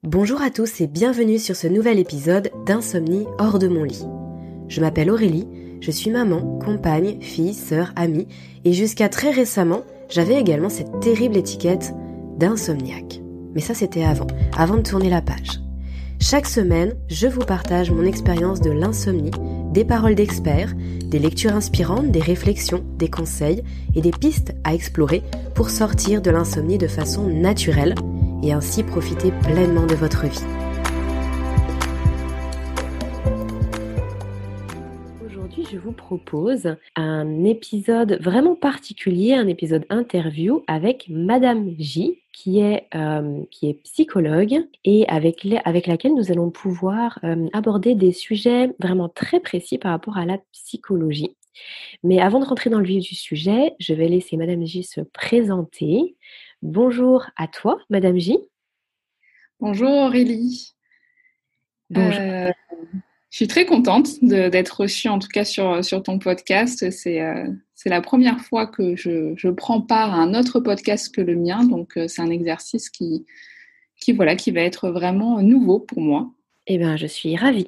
Bonjour à tous et bienvenue sur ce nouvel épisode d'Insomnie hors de mon lit. Je m'appelle Aurélie, je suis maman, compagne, fille, sœur, amie et jusqu'à très récemment, j'avais également cette terrible étiquette d'insomniaque. Mais ça c'était avant de tourner la page. Chaque semaine, je vous partage mon expérience de l'insomnie, des paroles d'experts, des lectures inspirantes, des réflexions, des conseils et des pistes à explorer pour sortir de l'insomnie de façon naturelle et ainsi profiter pleinement de votre vie. Aujourd'hui, je vous propose un épisode vraiment particulier, un épisode interview avec Madame J, qui est psychologue et avec laquelle nous allons pouvoir aborder des sujets vraiment très précis par rapport à la psychologie. Mais avant de rentrer dans le vif du sujet, je vais laisser Madame J se présenter. Bonjour à toi, Madame J. Bonjour Aurélie. Bonjour. Je suis très contente d'être reçue en tout cas sur ton podcast. C'est la première fois que je prends part à un autre podcast que le mien, donc c'est un exercice qui va être vraiment nouveau pour moi. Eh bien, je suis ravie.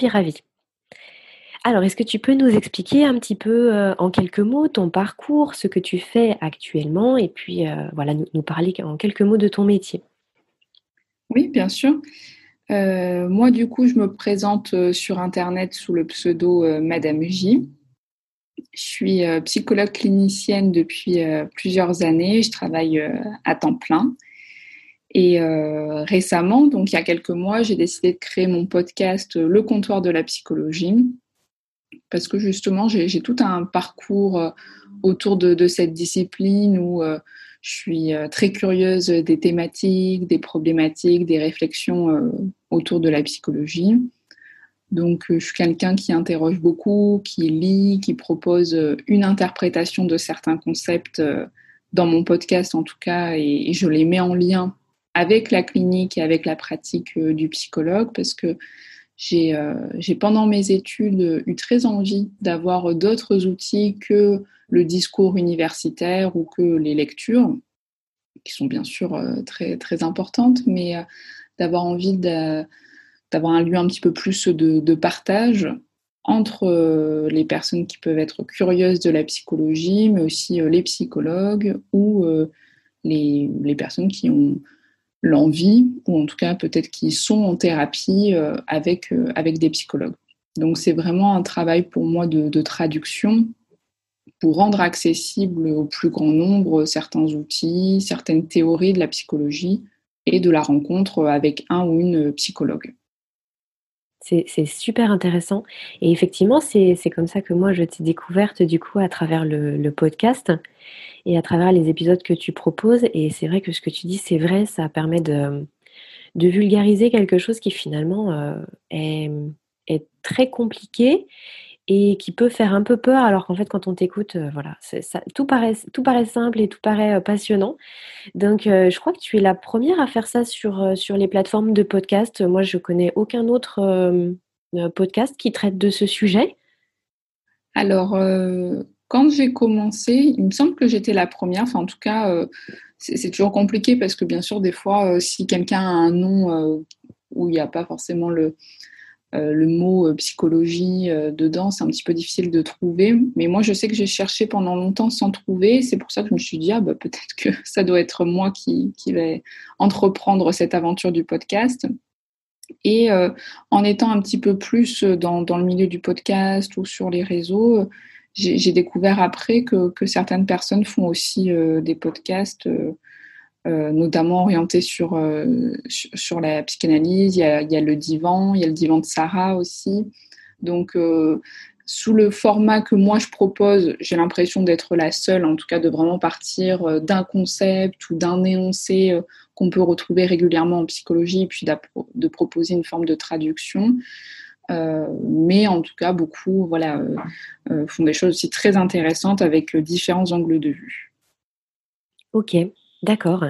Alors, est-ce que tu peux nous expliquer un petit peu en quelques mots ton parcours, ce que tu fais actuellement et puis nous parler en quelques mots de ton métier? Oui, bien sûr. Moi, du coup, je me présente sur Internet sous le pseudo Madame J. Je suis psychologue clinicienne depuis plusieurs années. Je travaille à temps plein. Et récemment, donc il y a quelques mois, j'ai décidé de créer mon podcast Le Comptoir de la psychologie parce que justement, j'ai tout un parcours autour de cette discipline où je suis très curieuse des thématiques, des problématiques, des réflexions autour de la psychologie. Donc, je suis quelqu'un qui interroge beaucoup, qui lit, qui propose une interprétation de certains concepts dans mon podcast en tout cas, et je les mets en lien avec la clinique et avec la pratique du psychologue parce que j'ai pendant mes études eu très envie d'avoir d'autres outils que le discours universitaire ou que les lectures, qui sont bien sûr très, très importantes, mais d'avoir envie d'avoir un lieu un petit peu plus de partage entre les personnes qui peuvent être curieuses de la psychologie, mais aussi les psychologues ou les personnes qui ont l'envie, ou en tout cas peut-être qui sont en thérapie avec des psychologues. Donc c'est vraiment un travail pour moi de traduction pour rendre accessible au plus grand nombre certains outils, certaines théories de la psychologie et de la rencontre avec un ou une psychologue. C'est super intéressant et effectivement, c'est comme ça que moi je t'ai découverte du coup à travers le podcast et à travers les épisodes que tu proposes et c'est vrai que ce que tu dis, c'est vrai, ça permet de vulgariser quelque chose qui finalement est très compliqué et qui peut faire un peu peur alors qu'en fait quand on t'écoute, voilà, ça, tout paraît simple et tout paraît passionnant. Donc je crois que tu es la première à faire ça sur les plateformes de podcast. Moi je connais aucun autre podcast qui traite de ce sujet. Alors, quand j'ai commencé, il me semble que j'étais la première. Enfin, en tout cas, c'est toujours compliqué parce que bien sûr, des fois, si quelqu'un a un nom où il n'y a pas forcément le mot psychologie dedans, c'est un petit peu difficile de trouver. Mais moi, je sais que j'ai cherché pendant longtemps sans trouver. C'est pour ça que je me suis dit, ah, bah, peut-être que ça doit être moi qui vais entreprendre cette aventure du podcast. Et en étant un petit peu plus dans le milieu du podcast ou sur les réseaux, j'ai découvert après que certaines personnes font aussi des podcasts, notamment orientés sur la psychanalyse. Il y a le divan de Sarah aussi. Donc, sous le format que moi je propose, j'ai l'impression d'être la seule, en tout cas de vraiment partir d'un concept ou d'un énoncé qu'on peut retrouver régulièrement en psychologie, puis de proposer une forme de traduction. Mais en tout cas, beaucoup font des choses aussi très intéressantes avec différents angles de vue. Ok, d'accord.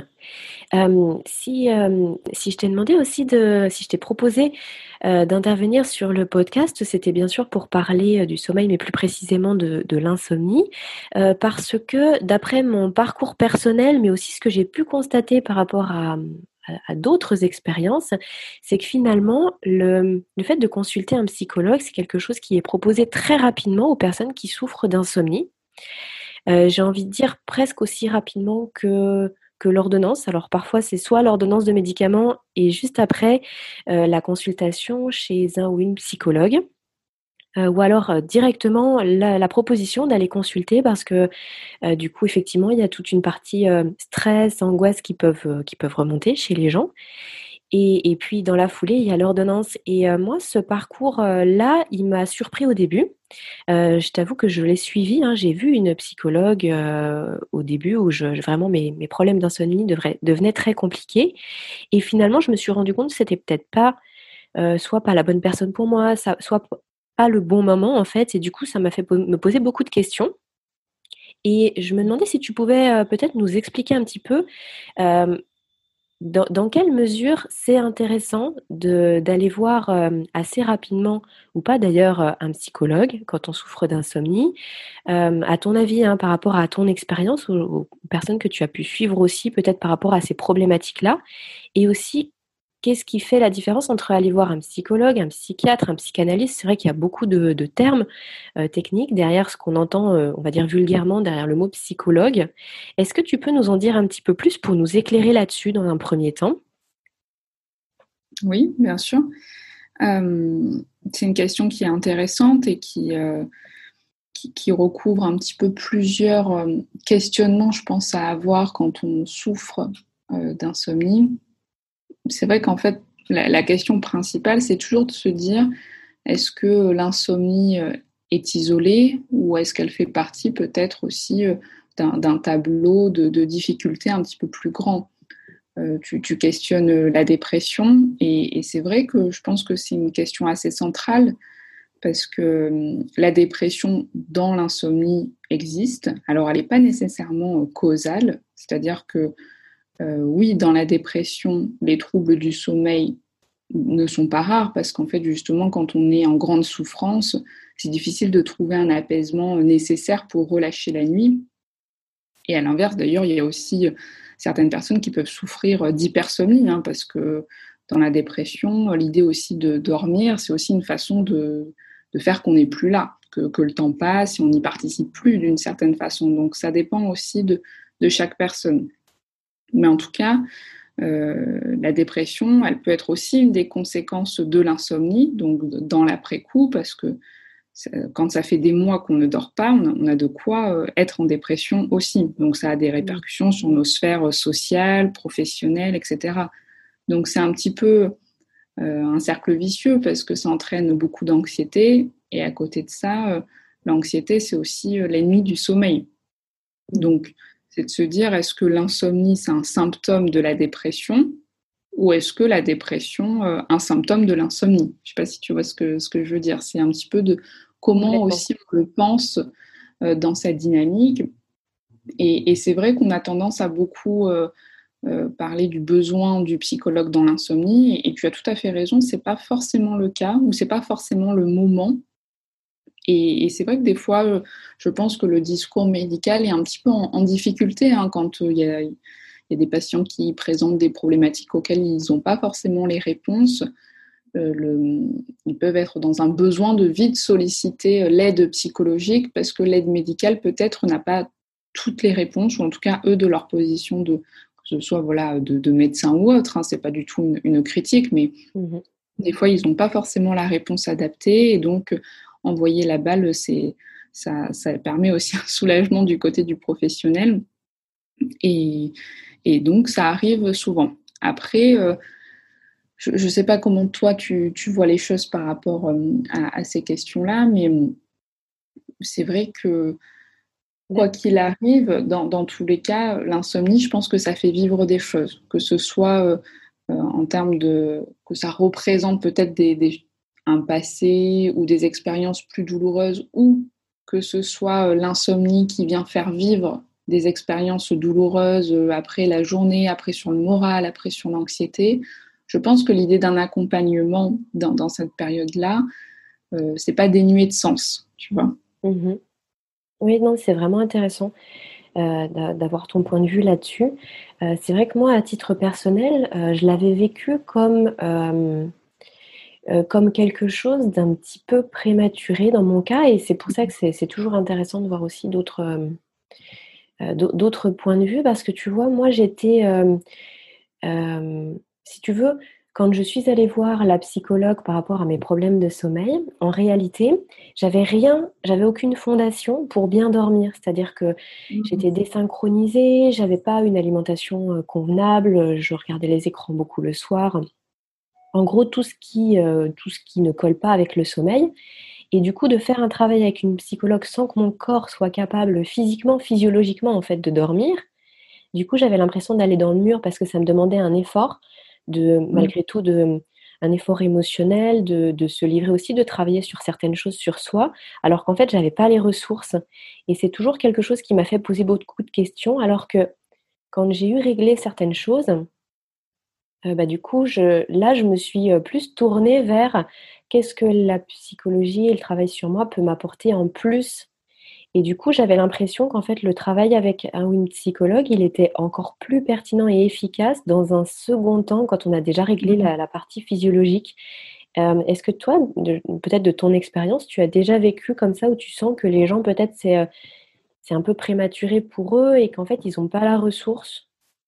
Si je t'ai demandé aussi si je t'ai proposé d'intervenir sur le podcast, c'était bien sûr pour parler du sommeil, mais plus précisément de l'insomnie, parce que d'après mon parcours personnel, mais aussi ce que j'ai pu constater par rapport à à d'autres expériences, c'est que finalement, le fait de consulter un psychologue, c'est quelque chose qui est proposé très rapidement aux personnes qui souffrent d'insomnie. J'ai envie de dire presque aussi rapidement que l'ordonnance. Alors parfois, c'est soit l'ordonnance de médicaments et juste après, la consultation chez un ou une psychologue. Ou alors, directement la proposition d'aller consulter parce que, du coup, effectivement, il y a toute une partie, stress, angoisse qui peuvent remonter chez les gens et puis dans la foulée, il y a l'ordonnance et moi ce parcours, là, il m'a surpris au début. Je t'avoue que je l'ai suivi, hein. J'ai vu une psychologue, au début où vraiment mes problèmes d'insomnie devenaient très compliqués et finalement, je me suis rendu compte que c'était peut-être pas, soit pas la bonne personne pour moi, soit pas le bon moment en fait et du coup, ça m'a fait me poser beaucoup de questions et je me demandais si tu pouvais, peut-être nous expliquer un petit peu, hem, dans quelle mesure c'est intéressant d'aller voir, assez rapidement ou pas d'ailleurs, un psychologue quand on souffre d'insomnie? À ton avis, hein, par rapport à ton expérience, aux personnes que tu as pu suivre aussi, peut-être par rapport à ces problématiques-là et aussi, qu'est-ce qui fait la différence entre aller voir un psychologue, un psychiatre, un psychanalyste? C'est vrai qu'il y a beaucoup de termes, techniques derrière ce qu'on entend, on va dire vulgairement derrière le mot psychologue. Est-ce que tu peux nous en dire un petit peu plus pour nous éclairer là-dessus dans un premier temps? Oui, bien sûr. C'est une question qui est intéressante et qui recouvre un petit peu plusieurs questionnements, je pense, à avoir quand on souffre d'insomnie. C'est vrai qu'en fait, la question principale, c'est toujours de se dire, est-ce que l'insomnie est isolée ou est-ce qu'elle fait partie peut-être aussi d'un tableau de difficultés un petit peu plus grand. Tu questionnes la dépression et c'est vrai que je pense que c'est une question assez centrale parce que la dépression dans l'insomnie existe. Alors elle n'est pas nécessairement causale, c'est-à-dire que oui, dans la dépression, les troubles du sommeil ne sont pas rares parce qu'en fait, justement, quand on est en grande souffrance, c'est difficile de trouver un apaisement nécessaire pour relâcher la nuit. Et à l'inverse, d'ailleurs, il y a aussi certaines personnes qui peuvent souffrir d'hypersomnie, hein, parce que dans la dépression, l'idée aussi de dormir, c'est aussi une façon de faire qu'on n'est plus là, que le temps passe et on n'y participe plus d'une certaine façon. Donc ça dépend aussi de chaque personne. Mais en tout cas, la dépression, elle peut être aussi une des conséquences de l'insomnie, donc dans l'après-coup, parce que quand ça fait des mois qu'on ne dort pas, on a de quoi être en dépression aussi. Donc ça a des Mmh. répercussions sur nos sphères sociales, professionnelles, etc. Donc c'est un petit peu un cercle vicieux parce que ça entraîne beaucoup d'anxiété. Et à côté de ça, l'anxiété, c'est aussi l'ennemi du sommeil. Mmh. Donc c'est de se dire, est-ce que l'insomnie, c'est un symptôme de la dépression ou est-ce que la dépression, un symptôme de l'insomnie? Je ne sais pas si tu vois ce que je veux dire. C'est un petit peu de comment Complètement. aussi on le pense dans cette dynamique. Et c'est vrai qu'on a tendance à beaucoup parler du besoin du psychologue dans l'insomnie. Et tu as tout à fait raison, c'est pas forcément le cas ou c'est pas forcément le moment. Et c'est vrai que des fois, je pense que le discours médical est un petit peu en difficulté hein, quand il y a des patients qui présentent des problématiques auxquelles ils n'ont pas forcément les réponses. Ils peuvent être dans un besoin de vite solliciter l'aide psychologique parce que l'aide médicale peut-être n'a pas toutes les réponses, ou en tout cas eux de leur position que ce soit voilà, de médecin ou autre, hein, c'est pas du tout une critique, mais Mmh. des fois ils n'ont pas forcément la réponse adaptée et donc envoyer la balle, ça permet aussi un soulagement du côté du professionnel et, et donc ça arrive souvent. Après, je ne sais pas comment toi tu vois les choses par rapport à ces questions-là, mais c'est vrai que quoi qu'il arrive, dans tous les cas, l'insomnie, je pense que ça fait vivre des choses, que ce soit en termes de que ça représente peut-être un passé ou des expériences plus douloureuses, ou que ce soit l'insomnie qui vient faire vivre des expériences douloureuses après la journée, après sur le moral, après sur l'anxiété. Je pense que l'idée d'un accompagnement dans cette période-là, c'est pas dénué de sens, tu vois. Mmh. Oui, non, c'est vraiment intéressant. d'avoir ton point de vue là-dessus. C'est vrai que moi, à titre personnel, je l'avais vécu comme quelque chose d'un petit peu prématuré dans mon cas, et c'est pour ça que c'est toujours intéressant de voir aussi d'autres points de vue, parce que tu vois, moi, si tu veux, quand je suis allée voir la psychologue par rapport à mes problèmes de sommeil, en réalité, j'avais aucune fondation pour bien dormir. C'est-à-dire que j'étais désynchronisée, j'avais pas une alimentation convenable, je regardais les écrans beaucoup le soir. En gros, tout ce qui ne colle pas avec le sommeil. Et du coup, de faire un travail avec une psychologue sans que mon corps soit capable physiquement, physiologiquement, en fait, de dormir, du coup, j'avais l'impression d'aller dans le mur parce que ça me demandait un effort, malgré tout, un effort émotionnel, de se livrer aussi, de travailler sur certaines choses sur soi, alors qu'en fait, j'avais pas les ressources. Et c'est toujours quelque chose qui m'a fait poser beaucoup de questions, alors que quand j'ai eu réglé certaines choses, bah, du coup, là, je me suis plus tournée vers qu'est-ce que la psychologie et le travail sur moi peut m'apporter en plus. Et du coup, j'avais l'impression qu'en fait, le travail avec un ou une psychologue, il était encore plus pertinent et efficace dans un second temps, quand on a déjà réglé la partie physiologique. Est-ce que toi, peut-être de ton expérience, tu as déjà vécu comme ça, où tu sens que les gens, peut-être, c'est un peu prématuré pour eux et qu'en fait, ils ont pas la ressource?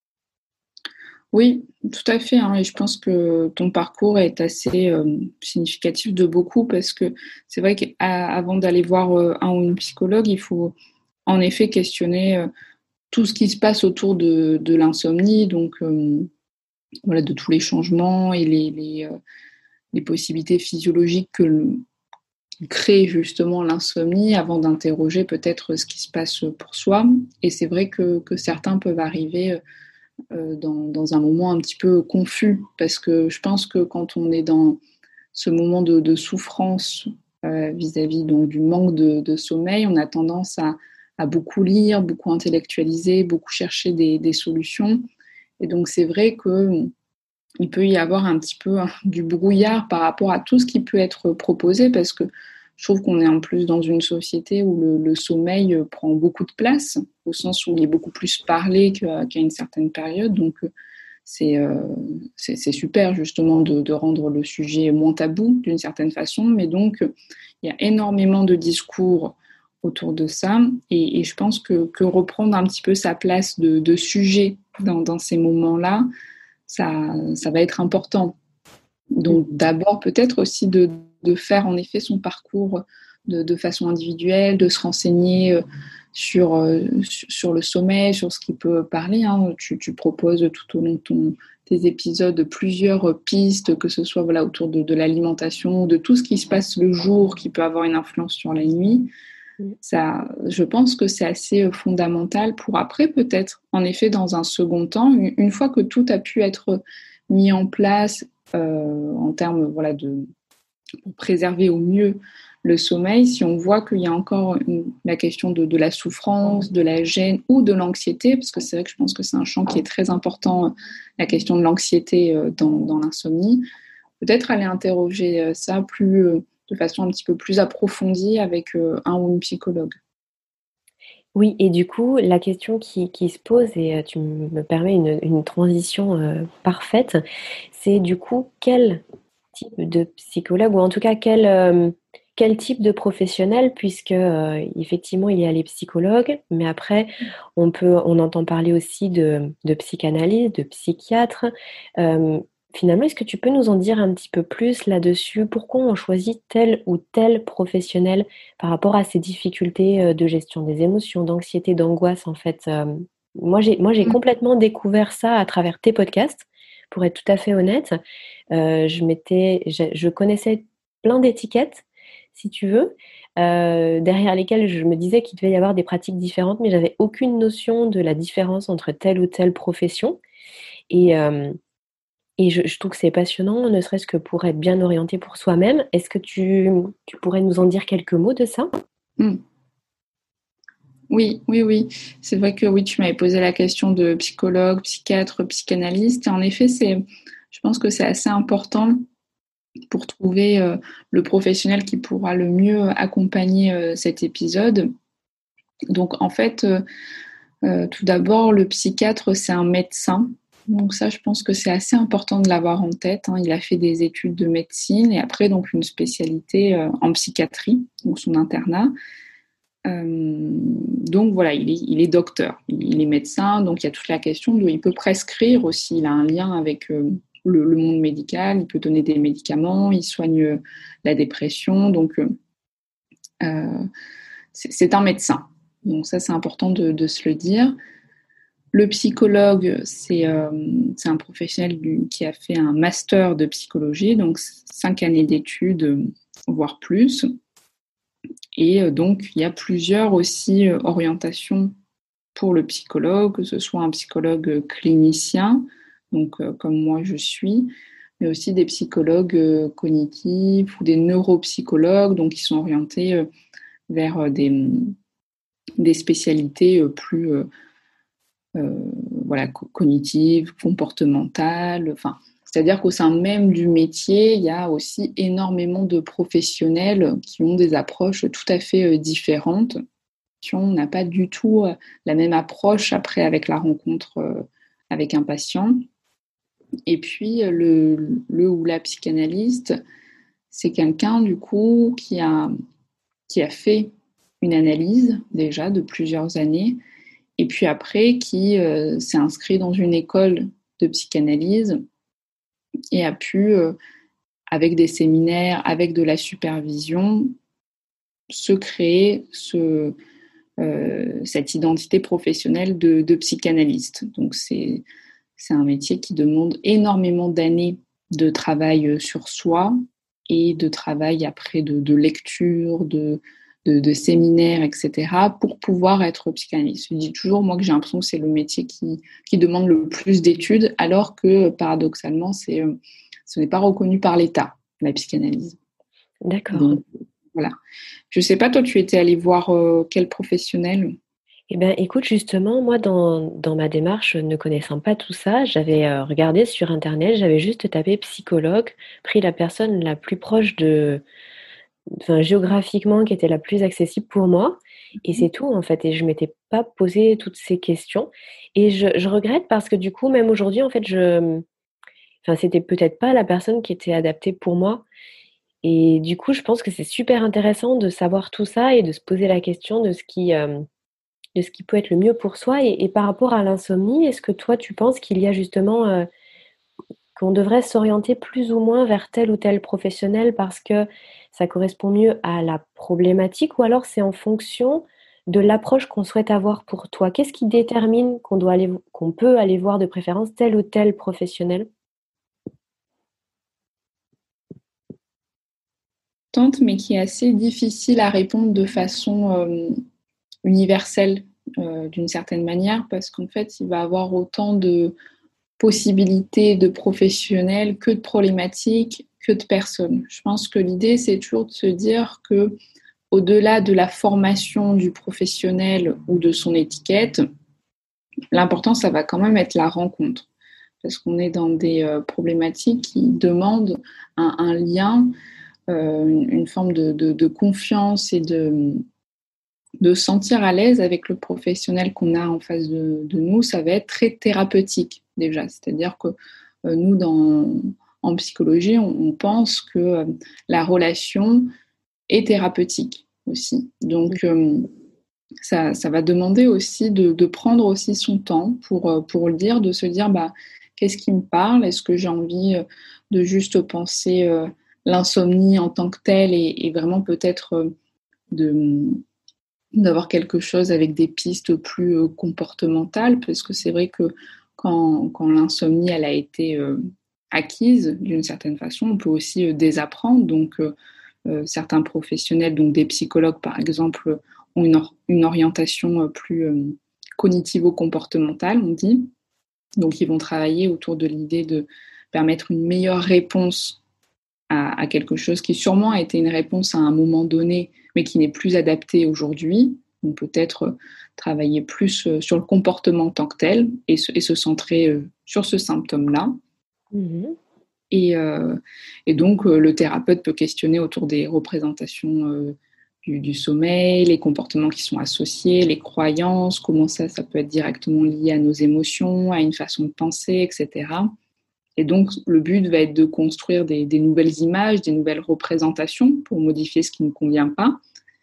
Oui, tout à fait, hein, et je pense que ton parcours est assez, significatif de beaucoup parce que c'est vrai qu'avant d'aller voir, un ou une psychologue, il faut en effet questionner, tout ce qui se passe autour de l'insomnie, donc voilà, de tous les changements et les possibilités physiologiques qui créent justement l'insomnie avant d'interroger peut-être ce qui se passe pour soi. Et c'est vrai que certains peuvent arriver, dans un moment un petit peu confus, parce que je pense que quand on est dans ce moment de souffrance, vis-à-vis donc du manque de sommeil, on a tendance à beaucoup lire, beaucoup intellectualiser, beaucoup chercher des solutions. Et donc c'est vrai qu'il peut y avoir un petit peu du brouillard par rapport à tout ce qui peut être proposé, parce que je trouve qu'on est en plus dans une société où le sommeil prend beaucoup de place, au sens où il est beaucoup plus parlé qu'à une certaine période. Donc c'est c'est super justement de rendre le sujet moins tabou d'une certaine façon, mais donc il y a énormément de discours autour de ça, et je pense que reprendre un petit peu sa place de sujet dans ces moments-là, ça va être important. Donc d'abord peut-être aussi de faire en effet son parcours de façon individuelle, de se renseigner sur le sommeil, sur ce qui peut parler, hein. Tu proposes tout au long de tes épisodes plusieurs pistes, que ce soit voilà, autour de l'alimentation, de tout ce qui se passe le jour qui peut avoir une influence sur la nuit. Mmh. Ça, je pense que c'est assez fondamental pour après peut-être, en effet, dans un second temps, une fois que tout a pu être mis en place en termes voilà, pour préserver au mieux le sommeil, si on voit qu'il y a encore la question de la souffrance, de la gêne ou de l'anxiété, parce que c'est vrai que je pense que c'est un champ qui est très important, la question de l'anxiété dans l'insomnie, peut-être aller interroger ça de façon un petit peu plus approfondie avec un ou une psychologue. Oui, et du coup, la question qui se pose, et tu me permets une transition parfaite, c'est du coup quel type de psychologue, ou en tout cas quel type de professionnel, puisque effectivement il y a les psychologues, mais après on entend parler aussi de psychanalyse, de psychiatre. Finalement, est-ce que tu peux nous en dire un petit peu plus là-dessus? Pourquoi on choisit tel ou tel professionnel par rapport à ces difficultés de gestion des émotions, d'anxiété, d'angoisse, en fait? Moi j'ai complètement découvert ça à travers tes podcasts, pour être tout à fait honnête. Je connaissais plein d'étiquettes, si tu veux, derrière lesquelles je me disais qu'il devait y avoir des pratiques différentes, mais j'avais aucune notion de la différence entre telle ou telle profession. Et je trouve que c'est passionnant, ne serait-ce que pour être bien orienté pour soi-même. Est-ce que tu pourrais nous en dire quelques mots de ça? Mm. Oui, oui, oui. C'est vrai que oui, tu m'avais posé la question de psychologue, psychiatre, psychanalyste. Et en effet, je pense que c'est assez important pour trouver le professionnel qui pourra le mieux accompagner cet épisode. Donc, en fait, Tout d'abord, le psychiatre, c'est un médecin. Donc ça, je pense que c'est assez important de l'avoir en tête. Il a fait des études de médecine et après donc une spécialité en psychiatrie, donc son internat. Donc voilà, il est docteur, il est médecin, donc il y a toute la question de, il peut prescrire aussi, il a un lien avec le monde médical, il peut donner des médicaments, il soigne la dépression, donc c'est un médecin. Donc ça, c'est important de se le dire. Le psychologue, c'est un professionnel qui a fait un master de psychologie, donc 5 années d'études, voire plus. Et donc, il y a plusieurs aussi orientations pour le psychologue, que ce soit un psychologue clinicien, donc comme moi je suis, mais aussi des psychologues cognitifs ou des neuropsychologues, donc qui sont orientés vers des spécialités plus voilà, cognitives, comportementales. Enfin, c'est-à-dire qu'au sein même du métier, il y a aussi énormément de professionnels qui ont des approches tout à fait différentes. On n'a pas du tout la même approche après avec la rencontre avec un patient. Et puis, le ou la psychanalyste, c'est quelqu'un du coup qui a fait une analyse déjà de plusieurs années et puis après qui s'est inscrit dans une école de psychanalyse et a pu, avec des séminaires, avec de la supervision, se créer cette identité professionnelle de psychanalyste. Donc c'est un métier qui demande énormément d'années de travail sur soi et de travail après de lecture, de séminaires, etc., pour pouvoir être psychanalyste. Je dis toujours, moi, que j'ai l'impression que c'est le métier qui demande le plus d'études, alors que, paradoxalement, ce n'est pas reconnu par l'État, la psychanalyse. D'accord. Donc, voilà. Je ne sais pas, toi, tu étais allée voir quel professionnel? Eh bien, écoute, justement, moi, dans ma démarche, ne connaissant pas tout ça, j'avais regardé sur Internet, j'avais juste tapé psychologue, pris la personne la plus proche enfin, géographiquement, qui était la plus accessible pour moi, et c'est tout, en fait. Et je m'étais pas posé toutes ces questions. Et je regrette parce que du coup, même aujourd'hui, en fait, enfin, c'était peut-être pas la personne qui était adaptée pour moi. Et du coup, je pense que c'est super intéressant de savoir tout ça et de se poser la question de ce qui peut être le mieux pour soi. Et par rapport à l'insomnie, est-ce que toi, tu penses qu'il y a justement, qu'on devrait s'orienter plus ou moins vers tel ou tel professionnel parce que ça correspond mieux à la problématique ou alors c'est en fonction de l'approche qu'on souhaite avoir pour toi? Qu'est-ce qui détermine qu'on peut aller voir de préférence tel ou tel professionnel? Mais qui est assez difficile à répondre de façon universelle d'une certaine manière, parce qu'en fait, il va avoir autant de possibilités de professionnels que de problématiques, que de personnes. Je pense que l'idée, c'est toujours de se dire que au-delà de la formation du professionnel ou de son étiquette, l'important, ça va quand même être la rencontre. Parce qu'on est dans des problématiques qui demandent un lien, une forme de confiance et de se sentir à l'aise avec le professionnel qu'on a en face de nous. Ça va être très thérapeutique déjà. C'est-à-dire que nous, en psychologie, on pense que la relation est thérapeutique aussi. Donc, ça va demander aussi de prendre aussi son temps pour le dire, de se dire bah, qu'est-ce qui me parle? Est-ce que j'ai envie de juste penser l'insomnie en tant que telle et vraiment peut-être d'avoir quelque chose avec des pistes plus comportementales? Parce que c'est vrai que quand l'insomnie elle a été acquise d'une certaine façon, on peut aussi désapprendre. Donc, certains professionnels, donc des psychologues par exemple, ont une orientation plus cognitivo-comportementale, on dit. Donc, ils vont travailler autour de l'idée de permettre une meilleure réponse à quelque chose qui sûrement a été une réponse à un moment donné, mais qui n'est plus adapté aujourd'hui. Donc, peut-être travailler plus sur le comportement en tant que tel et se centrer sur ce symptôme-là. Mmh. Et donc, le thérapeute peut questionner autour des représentations du sommeil, les comportements qui sont associés, les croyances, comment ça peut être directement lié à nos émotions, à une façon de penser, etc. Et donc, le but va être de construire des nouvelles images, des nouvelles représentations pour modifier ce qui ne convient pas.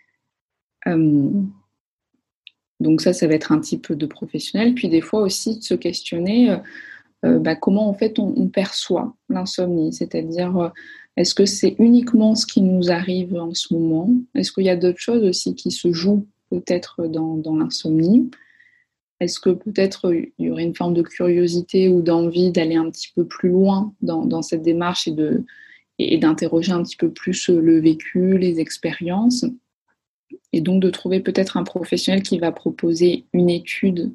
Donc ça va être un type de professionnel. Puis des fois aussi de se questionner comment en fait on perçoit l'insomnie, c'est-à-dire est-ce que c'est uniquement ce qui nous arrive en ce moment? Est-ce qu'il y a d'autres choses aussi qui se jouent peut-être dans l'insomnie? Est-ce que peut-être il y aurait une forme de curiosité ou d'envie d'aller un petit peu plus loin dans cette démarche et d'interroger un petit peu plus le vécu, les expériences? Et donc de trouver peut-être un professionnel qui va proposer une étude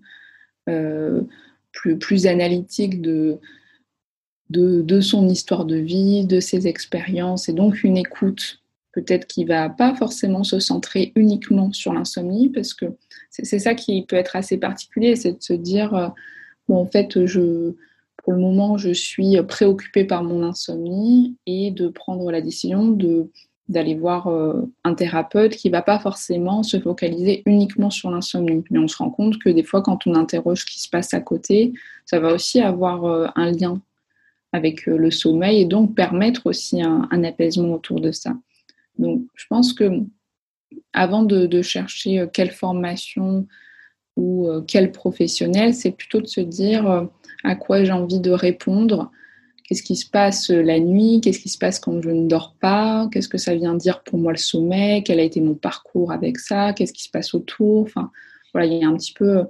plus analytique de son histoire de vie, de ses expériences, et donc une écoute peut-être qui va pas forcément se centrer uniquement sur l'insomnie, parce que c'est ça qui peut être assez particulier, c'est de se dire en fait pour le moment je suis préoccupée par mon insomnie, et de prendre la décision d'aller voir un thérapeute qui va pas forcément se focaliser uniquement sur l'insomnie. Mais on se rend compte que des fois, quand on interroge ce qui se passe à côté, ça va aussi avoir un lien avec le sommeil, et donc permettre aussi un apaisement autour de ça. Donc, je pense que avant de chercher quelle formation ou quel professionnel, c'est plutôt de se dire à quoi j'ai envie de répondre, qu'est-ce qui se passe la nuit, qu'est-ce qui se passe quand je ne dors pas, qu'est-ce que ça vient dire pour moi le sommeil, quel a été mon parcours avec ça, qu'est-ce qui se passe autour. Enfin, voilà, il y a un petit peu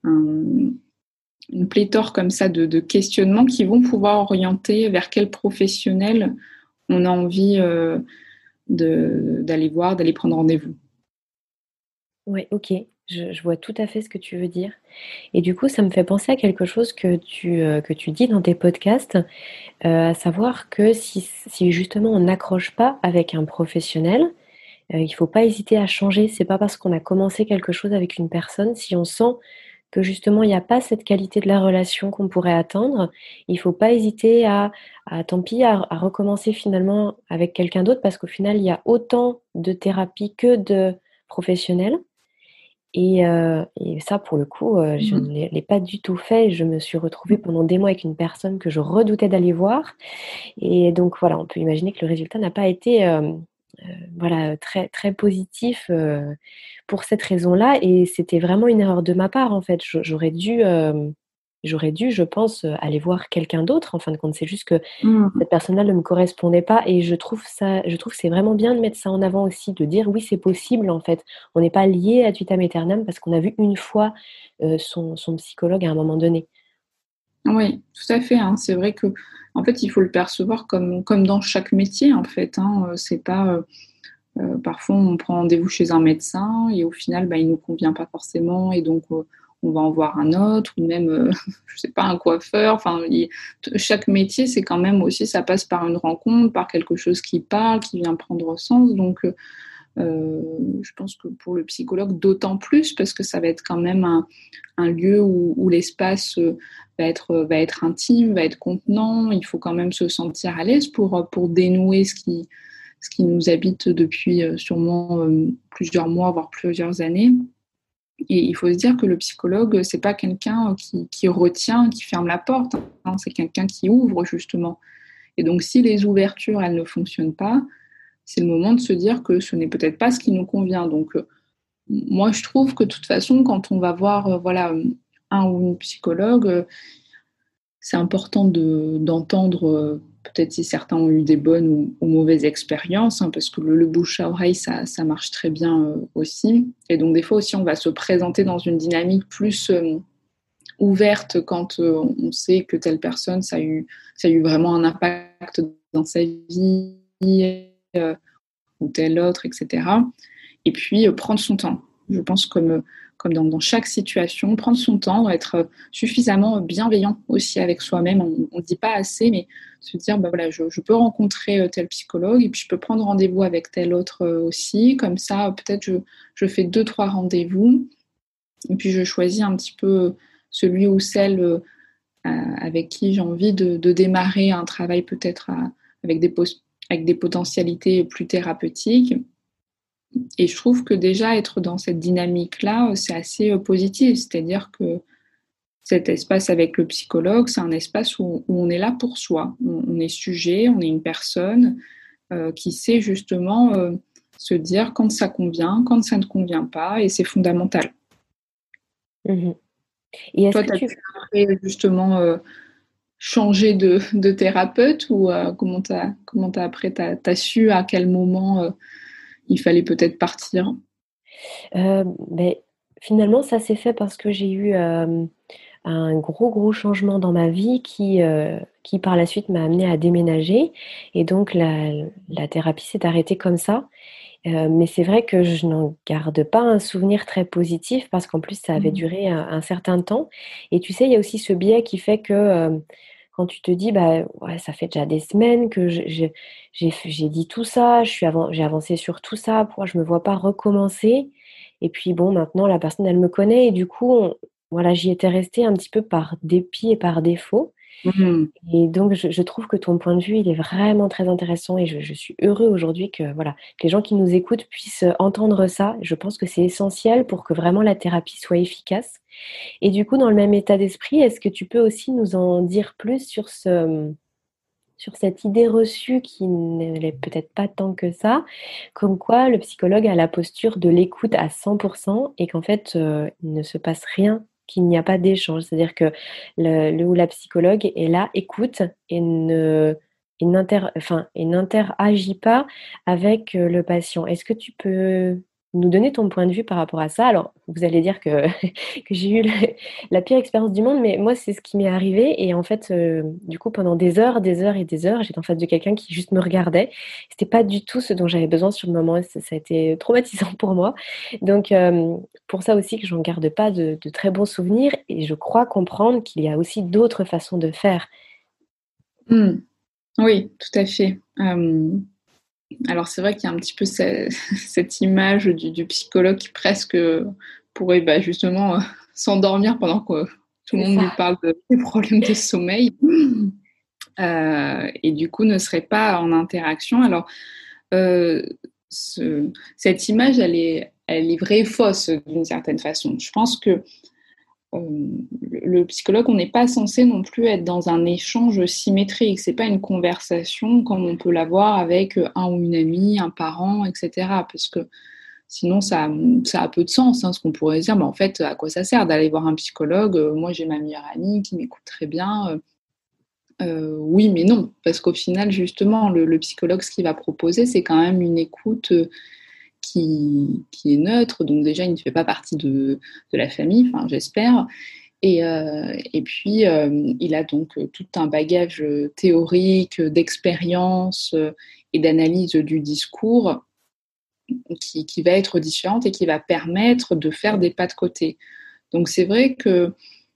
une pléthore comme ça de questionnements qui vont pouvoir orienter vers quel professionnel on a envie d'aller voir, d'aller prendre rendez-vous. Ouais, OK. Je vois tout à fait ce que tu veux dire et du coup, ça me fait penser à quelque chose que tu dis dans tes podcasts, à savoir que si justement on n'accroche pas avec un professionnel, il faut pas hésiter à changer. C'est pas parce qu'on a commencé quelque chose avec une personne, si on sent que justement il y a pas cette qualité de la relation qu'on pourrait attendre, il faut pas hésiter à tant pis, à recommencer finalement avec quelqu'un d'autre parce qu'au final, il y a autant de thérapie que de professionnels. Et ça, pour le coup, je Mmh. ne l'ai pas du tout fait. Je me suis retrouvée pendant des mois avec une personne que je redoutais d'aller voir et donc voilà, on peut imaginer que le résultat n'a pas été, voilà, très très positif, pour cette raison-là et c'était vraiment une erreur de ma part, en fait. J'aurais dû, je pense, aller voir quelqu'un d'autre, en fin de compte. C'est juste que Mmh. cette personne-là ne me correspondait pas et je trouve que c'est vraiment bien de mettre ça en avant aussi, de dire: «Oui, c'est possible, en fait». On n'est pas lié ad vitam aeternam parce qu'on a vu une fois, son psychologue à un moment donné. Oui, tout à fait, hein. C'est vrai que en fait, il faut le percevoir comme dans chaque métier, en fait, hein. C'est pas, parfois on prend rendez-vous chez un médecin et au final, bah, il nous convient pas forcément, et donc on va en voir un autre, ou même, je sais pas, un coiffeur. Enfin, chaque métier, c'est quand même aussi, ça passe par une rencontre, par quelque chose qui parle, qui vient prendre sens. Donc je pense que pour le psychologue, d'autant plus, parce que ça va être quand même un lieu où l'espace va être intime, va être contenant. Il faut quand même se sentir à l'aise pour dénouer ce qui nous habite depuis sûrement plusieurs mois, voire plusieurs années. Et il faut se dire que le psychologue, c'est pas quelqu'un qui retient, qui ferme la porte, hein. C'est quelqu'un qui ouvre, justement. Et donc, si les ouvertures, elles ne fonctionnent pas, c'est le moment de se dire que ce n'est peut-être pas ce qui nous convient. Donc, moi, je trouve que de toute façon, quand on va voir voilà, un ou une psychologue, c'est important d'entendre, peut-être si certains ont eu des bonnes ou mauvaises expériences, hein, parce que le bouche à oreille, ça marche très bien aussi. Et donc, des fois aussi, on va se présenter dans une dynamique plus ouverte quand on sait que telle personne, ça a eu vraiment un impact dans sa vie, ou telle autre, etc. Et puis, prendre son temps. Je pense comme dans chaque situation, prendre son temps, être suffisamment bienveillant aussi avec soi-même. On ne dit pas assez, mais se dire, bah voilà, je peux rencontrer tel psychologue et puis je peux prendre rendez-vous avec tel autre aussi. Comme ça, peut-être je fais 2, 3 rendez-vous et puis je choisis un petit peu celui ou celle avec qui j'ai envie de démarrer un travail peut-être avec des potentialités plus thérapeutiques. Et je trouve que déjà être dans cette dynamique-là, c'est assez positif. C'est-à-dire que cet espace avec le psychologue, c'est un espace où on est là pour soi. On est sujet, on est une personne qui sait justement se dire quand ça convient, quand ça ne convient pas, et c'est fondamental. Mmh. Et est-ce Toi, que tu as tu pu après justement changer de thérapeute ou comment t'as après t'as su à quel moment il fallait peut-être partir? beh, finalement, ça s'est fait parce que j'ai eu, un gros, gros changement dans ma vie qui par la suite m'a amenée à déménager et donc la thérapie s'est arrêtée comme ça. Mais c'est vrai que je n'en garde pas un souvenir très positif parce qu'en plus ça avait Mmh. duré un certain temps et tu sais, il y a aussi ce biais qui fait que, quand tu te dis: «Bah, ouais, ça fait déjà des semaines que j'ai dit tout ça, j'ai avancé sur tout ça, pourquoi je me vois pas recommencer?» Et puis bon, maintenant la personne elle me connaît et du coup voilà, j'y étais restée un petit peu par dépit et par défaut. Mmh. Et donc je trouve que ton point de vue, il est vraiment très intéressant et je suis heureux aujourd'hui que voilà, que les gens qui nous écoutent puissent, entendre ça. Je pense que c'est essentiel pour que vraiment la thérapie soit efficace. Et du coup, dans le même état d'esprit, est-ce que tu peux aussi nous en dire plus sur sur cette idée reçue qui ne l'est peut-être pas tant que ça, comme quoi le psychologue a la posture de l'écoute à 100 et qu'en fait, il ne se passe rien, qu'il n'y a pas d'échange. C'est-à-dire que le ou la psychologue est là, écoute et ne et n'interagit pas avec, le patient. Est-ce que tu peux nous donner ton point de vue par rapport à ça? Alors, vous allez dire que que j'ai eu la pire expérience du monde, mais moi, c'est ce qui m'est arrivé et en fait, du coup, pendant des heures, des heures et des heures, j'étais en face de quelqu'un qui juste me regardait. C'était pas du tout ce dont j'avais besoin sur le moment et ça a été traumatisant pour moi. Donc pour ça aussi que j'en garde pas de très bons souvenirs et je crois comprendre qu'il y a aussi d'autres façons de faire. Mmh. Oui, tout à fait. Alors c'est vrai qu'il y a un petit peu cette image du psychologue qui presque pourrait bah, justement s'endormir pendant que tout le C'est monde ça. lui parle des problèmes de sommeil et du coup ne serait pas en interaction. Alors euh, cette image, elle est vraie et fausse d'une certaine façon. Je pense que le psychologue, on n'est pas censé non plus être dans un échange symétrique. C'est pas une conversation comme on peut l'avoir avec un ou une amie, un parent, etc. Parce que sinon, ça a peu de sens. Hein, ce qu'on pourrait dire, mais en fait, à quoi ça sert d'aller voir un psychologue? Moi, j'ai ma meilleure amie qui m'écoute très bien. Oui, mais non, parce qu'au final, justement, le psychologue, ce qu'il va proposer, c'est quand même une écoute qui est neutre. Donc déjà, il ne fait pas partie de la famille, enfin, j'espère. Et puis, il a donc tout un bagage théorique, d'expérience et d'analyse du discours qui va être différente et qui va permettre de faire des pas de côté. Donc c'est vrai que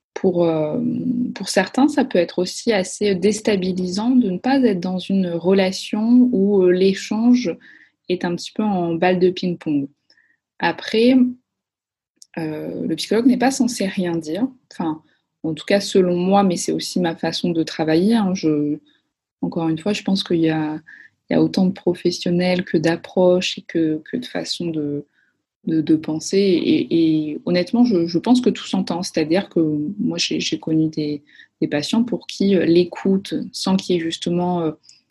pour certains, ça peut être aussi assez déstabilisant de ne pas être dans une relation où l'échange est un petit peu en balle de ping-pong. Après, le psychologue n'est pas censé rien dire. Enfin, en tout cas, selon moi, mais c'est aussi ma façon de travailler. Hein. Encore une fois, je pense il y a autant de professionnels que d'approches et que de façons de penser. Et honnêtement, je pense que tout s'entend. C'est-à-dire que moi, j'ai connu des patients pour qui l'écoute, sans qu'il y ait justement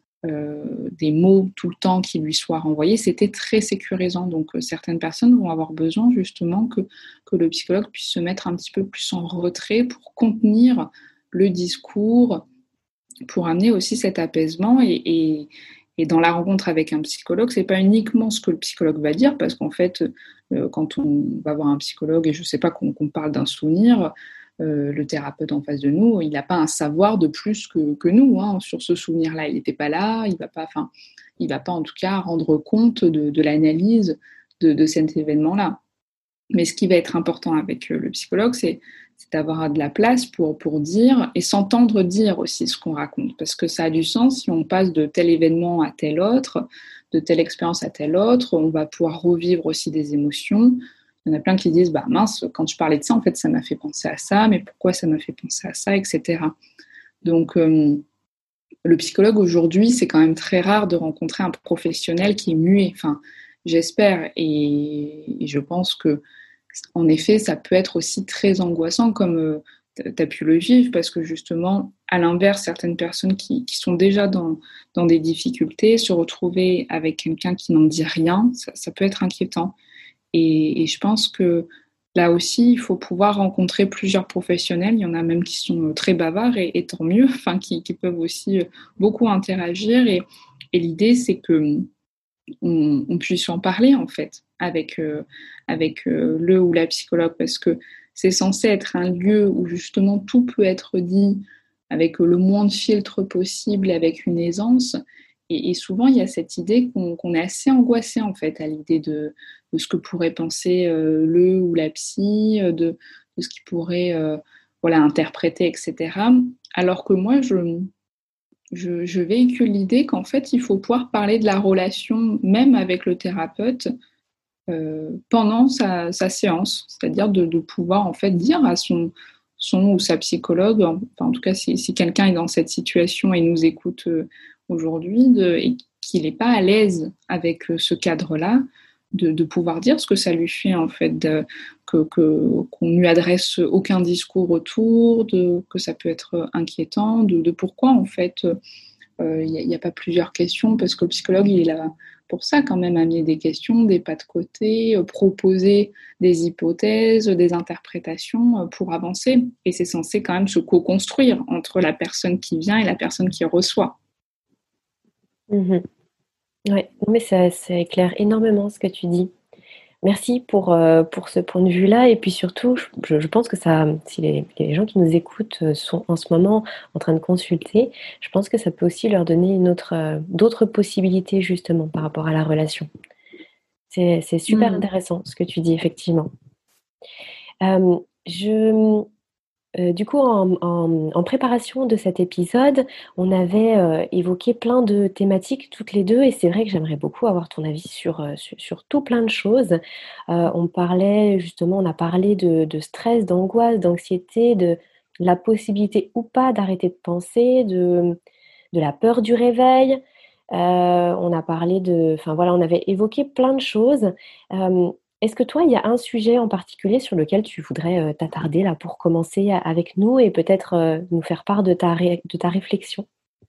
des mots tout le temps qui lui soient renvoyés, c'était très sécurisant. Donc certaines personnes vont avoir besoin justement que le psychologue puisse se mettre un petit peu plus en retrait pour contenir le discours, pour amener aussi cet apaisement. Et dans la rencontre avec un psychologue, c'est pas uniquement ce que le psychologue va dire, parce qu'en fait, quand on va voir un psychologue et je sais pas qu'on parle d'un souvenir, le thérapeute en face de nous, il n'a pas un savoir de plus que nous hein, sur ce souvenir-là. Il n'était pas là, il va pas en tout cas rendre compte de l'analyse de cet événement-là. Mais ce qui va être important avec le psychologue, c'est d'avoir de la place pour dire et s'entendre dire aussi ce qu'on raconte. Parce que ça a du sens si on passe de tel événement à tel autre, de telle expérience à telle autre, on va pouvoir revivre aussi des émotions. Il y en a plein qui disent, bah mince, quand je parlais de ça, en fait, ça m'a fait penser à ça, mais pourquoi ça m'a fait penser à ça, etc. Donc, le psychologue aujourd'hui, c'est quand même très rare de rencontrer un professionnel qui est muet. Enfin, j'espère. Et je pense que, en effet, ça peut être aussi très angoissant, comme tu as pu le vivre, parce que justement, à l'inverse, certaines personnes qui sont déjà dans des difficultés, se retrouver avec quelqu'un qui n'en dit rien, ça peut être inquiétant. Et je pense que là aussi, il faut pouvoir rencontrer plusieurs professionnels. Il y en a même qui sont très bavards et tant mieux, enfin, qui peuvent aussi beaucoup interagir. Et l'idée, c'est que on puisse en parler en fait avec le ou la psychologue, parce que c'est censé être un lieu où justement tout peut être dit avec le moins de filtres possible, avec une aisance. Et souvent, il y a cette idée qu'on est assez angoissé en fait à l'idée de ce que pourrait penser le ou la psy, de ce qu'il pourrait voilà, interpréter, etc. Alors que moi, je véhicule l'idée qu'en fait, il faut pouvoir parler de la relation, même avec le thérapeute, pendant sa séance. C'est-à-dire de pouvoir en fait dire à son ou sa psychologue, enfin, en tout cas si quelqu'un est dans cette situation et nous écoute aujourd'hui, et qu'il n'est pas à l'aise avec ce cadre-là, de pouvoir dire ce que ça lui fait en fait, qu'on lui adresse aucun discours autour, que ça peut être inquiétant, de pourquoi en fait il n'y a pas plusieurs questions, parce que le psychologue il est là pour ça quand même, amener des questions, des pas de côté, proposer des hypothèses, des interprétations pour avancer. Et c'est censé quand même se co-construire entre la personne qui vient et la personne qui reçoit. Mhm. Ouais, mais ça éclaire énormément ce que tu dis. Merci pour ce point de vue-là. Et puis surtout, je pense que ça, si les gens qui nous écoutent sont en ce moment en train de consulter, je pense que ça peut aussi leur donner d'autres possibilités justement par rapport à la relation. C'est super Mm. intéressant ce que tu dis, effectivement. Euh, je, du coup, en préparation de cet épisode, on avait évoqué plein de thématiques toutes les deux, et c'est vrai que j'aimerais beaucoup avoir ton avis sur tout plein de choses. On a parlé de stress, d'angoisse, d'anxiété, de la possibilité ou pas d'arrêter de penser, de la peur du réveil. On a parlé enfin voilà, on avait évoqué plein de choses. Euh, Est-ce que toi, il y a un sujet en particulier sur lequel tu voudrais t'attarder là pour commencer avec nous et peut-être nous faire part de ta réflexion?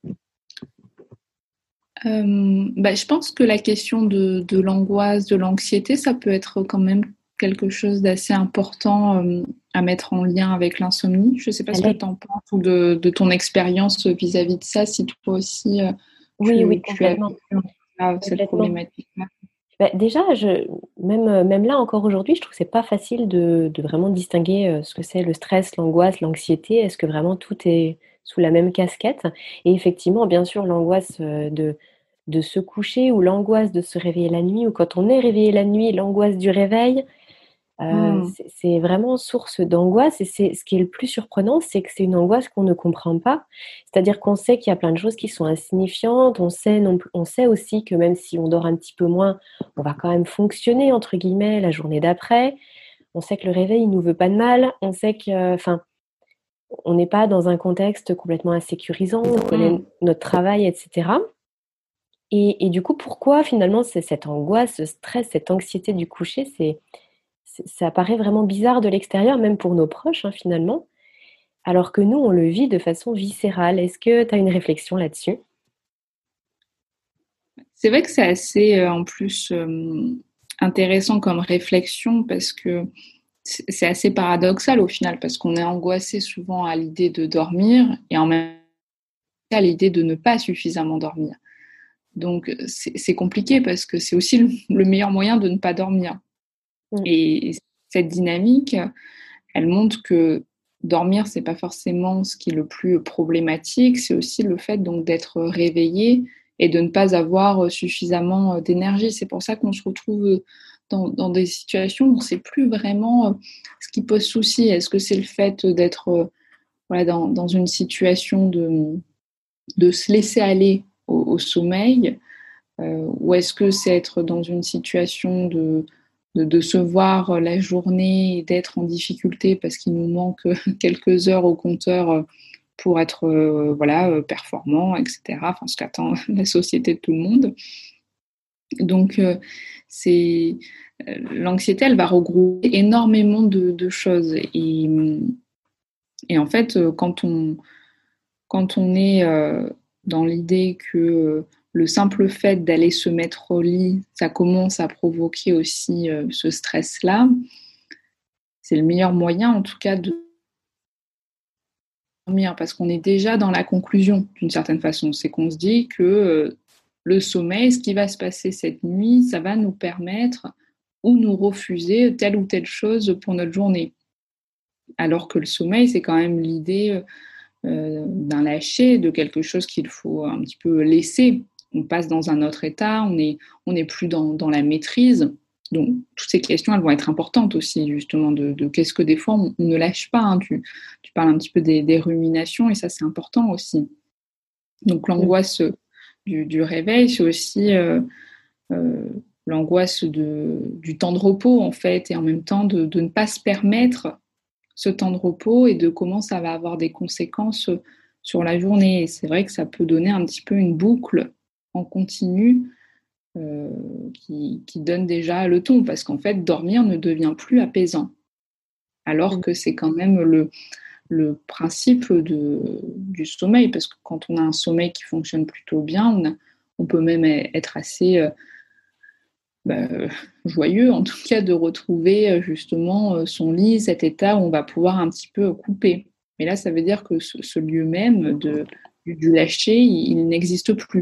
Je pense que la question de l'angoisse, de l'anxiété, ça peut être quand même quelque chose d'assez important à mettre en lien avec l'insomnie. Je ne sais pas ce que Allez. tu en penses ou de ton expérience vis-à-vis de ça, si toi aussi Oui, oui, tu as complètement. vécu cette Complètement. problématique-là. Bah, déjà, même là encore aujourd'hui, je trouve que c'est pas facile de vraiment distinguer ce que c'est le stress, l'angoisse, l'anxiété. Est-ce que vraiment tout est sous la même casquette? Et effectivement, bien sûr, l'angoisse de se coucher ou l'angoisse de se réveiller la nuit, ou quand on est réveillé la nuit, l'angoisse du réveil. Hmm. C'est vraiment source d'angoisse, et c'est ce qui est le plus surprenant, c'est que c'est une angoisse qu'on ne comprend pas. C'est-à-dire qu'on sait qu'il y a plein de choses qui sont insignifiantes, on sait aussi que même si on dort un petit peu moins, on va quand même fonctionner, entre guillemets, la journée d'après. On sait que le réveil, il nous veut pas de mal, on sait que, enfin, on n'est pas dans un contexte complètement insécurisant, on connaît notre travail, etc. Et du coup, pourquoi finalement c'est cette angoisse, ce stress, cette anxiété du coucher, ça paraît vraiment bizarre de l'extérieur, même pour nos proches, hein, finalement, alors que nous, on le vit de façon viscérale. Est-ce que tu as une réflexion là-dessus? C'est vrai que c'est assez, en plus, intéressant comme réflexion, parce que c'est assez paradoxal au final, parce qu'on est angoissé souvent à l'idée de dormir et en même temps à l'idée de ne pas suffisamment dormir. Donc c'est compliqué, parce que c'est aussi le meilleur moyen de ne pas dormir. Mm. Et cette dynamique, elle montre que dormir, c'est pas forcément ce qui est le plus problématique, c'est aussi le fait donc d'être réveillé et de ne pas avoir suffisamment d'énergie. C'est pour ça qu'on se retrouve dans des situations où on ne sait plus vraiment ce qui pose souci. Est-ce que c'est le fait d'être voilà, dans une situation de se laisser aller au sommeil, ou est-ce que c'est être dans une situation de se voir la journée et d'être en difficulté parce qu'il nous manque quelques heures au compteur pour être voilà, performant, etc. Enfin, ce qu'attend la société de tout le monde. Donc, L'anxiété, elle va regrouper énormément de choses. Et en fait, quand on est dans l'idée que le simple fait d'aller se mettre au lit, ça commence à provoquer aussi ce stress-là, c'est le meilleur moyen, en tout cas, de dormir, parce qu'on est déjà dans la conclusion, d'une certaine façon. C'est qu'on se dit que le sommeil, ce qui va se passer cette nuit, ça va nous permettre ou nous refuser telle ou telle chose pour notre journée. Alors que le sommeil, c'est quand même l'idée d'un lâcher, de quelque chose qu'il faut un petit peu laisser. On passe dans un autre état, on n'est plus dans la maîtrise. Donc, toutes ces questions, elles vont être importantes aussi, justement, de qu'est-ce que des fois, on ne lâche pas. Hein. Tu parles un petit peu des ruminations, et ça, c'est important aussi. Donc, l'angoisse du réveil, c'est aussi l'angoisse du temps de repos, en fait, et en même temps de ne pas se permettre ce temps de repos et de comment ça va avoir des conséquences sur la journée. Et c'est vrai que ça peut donner un petit peu une boucle en continu qui donne déjà le ton, parce qu'en fait, dormir ne devient plus apaisant, alors que c'est quand même le principe du sommeil, parce que quand on a un sommeil qui fonctionne plutôt bien, on peut même être assez joyeux, en tout cas, de retrouver justement son lit, cet état où on va pouvoir un petit peu couper. Mais là, ça veut dire que ce lieu même du lâcher, il n'existe plus.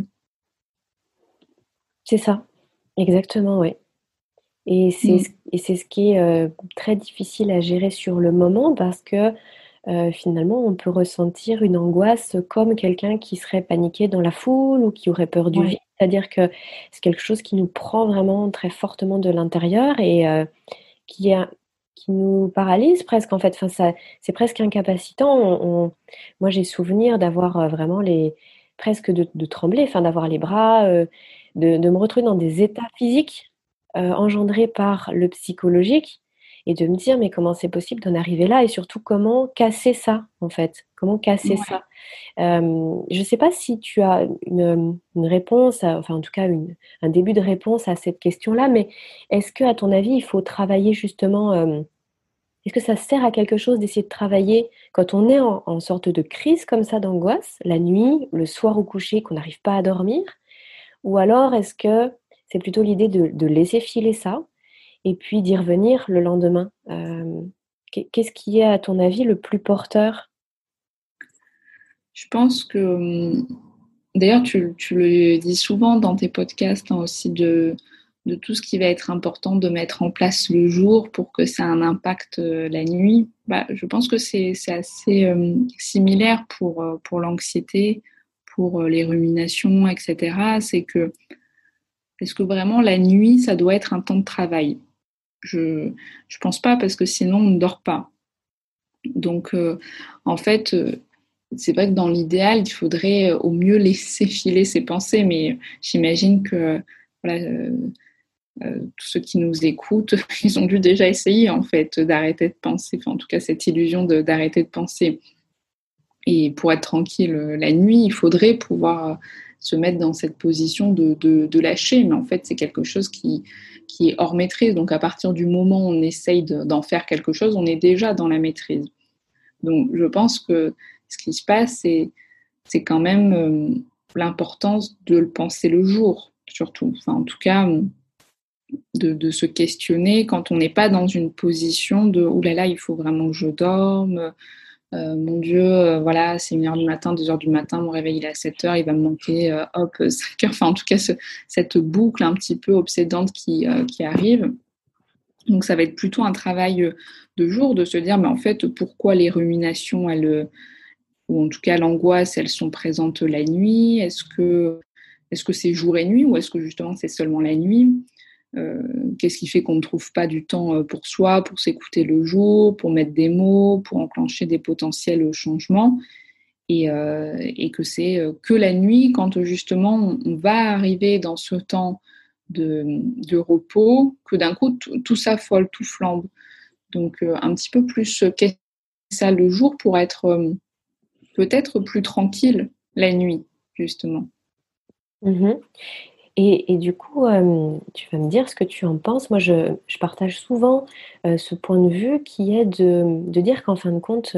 C'est ça, exactement, oui. Et c'est ce qui est très difficile à gérer sur le moment parce que finalement, on peut ressentir une angoisse comme quelqu'un qui serait paniqué dans la foule ou qui aurait peur du Ouais. vide. C'est-à-dire que c'est quelque chose qui nous prend vraiment très fortement de l'intérieur et qui, qui nous paralyse presque en fait. Enfin, ça, c'est presque incapacitant. Moi, j'ai souvenir d'avoir vraiment presque de trembler, enfin, d'avoir les bras, de me retrouver dans des états physiques engendrés par le psychologique et de me dire, mais comment c'est possible d'en arriver là et surtout comment casser ça, en fait? Comment casser Ouais. ça? Je ne sais pas si tu as une réponse, enfin en tout cas un début de réponse à cette question-là, mais est-ce que, à ton avis, il faut travailler justement, est-ce que ça sert à quelque chose d'essayer de travailler quand on est en sorte de crise comme ça d'angoisse, la nuit, le soir au coucher, qu'on n'arrive pas à dormir? Ou alors est-ce que c'est plutôt l'idée de laisser filer ça et puis d'y revenir le lendemain? Qu'est-ce qui est, à ton avis, le plus porteur? Je pense que, d'ailleurs, tu le dis souvent dans tes podcasts, hein, aussi, de tout ce qui va être important de mettre en place le jour pour que ça ait un impact la nuit. Je pense que c'est assez similaire pour l'anxiété, pour les ruminations, etc. C'est que, est-ce que vraiment la nuit, ça doit être un temps de travail? Je pense pas, parce que sinon on ne dort pas. Donc, en fait, c'est vrai que dans l'idéal, il faudrait au mieux laisser filer ses pensées, mais j'imagine que voilà, tous ceux qui nous écoutent, ils ont dû déjà essayer, en fait, d'arrêter de penser, enfin, en tout cas cette illusion d'arrêter de penser. Et pour être tranquille la nuit, il faudrait pouvoir se mettre dans cette position de lâcher, mais en fait, c'est quelque chose qui est hors maîtrise. Donc, à partir du moment où on essaye d'en faire quelque chose, on est déjà dans la maîtrise. Donc, je pense que ce qui se passe, c'est quand même l'importance de le penser le jour, surtout. Enfin, en tout cas, de se questionner quand on n'est pas dans une position de « Ouh là là, il faut vraiment que je dorme, mon Dieu, voilà, c'est 1h du matin, 2h du matin, mon réveil il est à 7h, il va me manquer, 5h ». Enfin, en tout cas, cette boucle un petit peu obsédante qui arrive. Donc, ça va être plutôt un travail de jour, de se dire, mais en fait, pourquoi les ruminations, ou en tout cas l'angoisse, elles sont présentes la nuit? Est-ce que c'est jour et nuit, ou est-ce que justement c'est seulement la nuit? Qu'est-ce qui fait qu'on ne trouve pas du temps pour soi, pour s'écouter le jour, pour mettre des mots, pour enclencher des potentiels changements? Et que c'est que la nuit, quand justement on va arriver dans ce temps de repos, que d'un coup tout s'affole, tout flambe. Donc un petit peu plus qu'est-ce ça le jour pour être peut-être plus tranquille la nuit, justement. Mmh. Et du coup, tu vas me dire ce que tu en penses. Moi, je partage souvent ce point de vue qui est de dire qu'en fin de compte,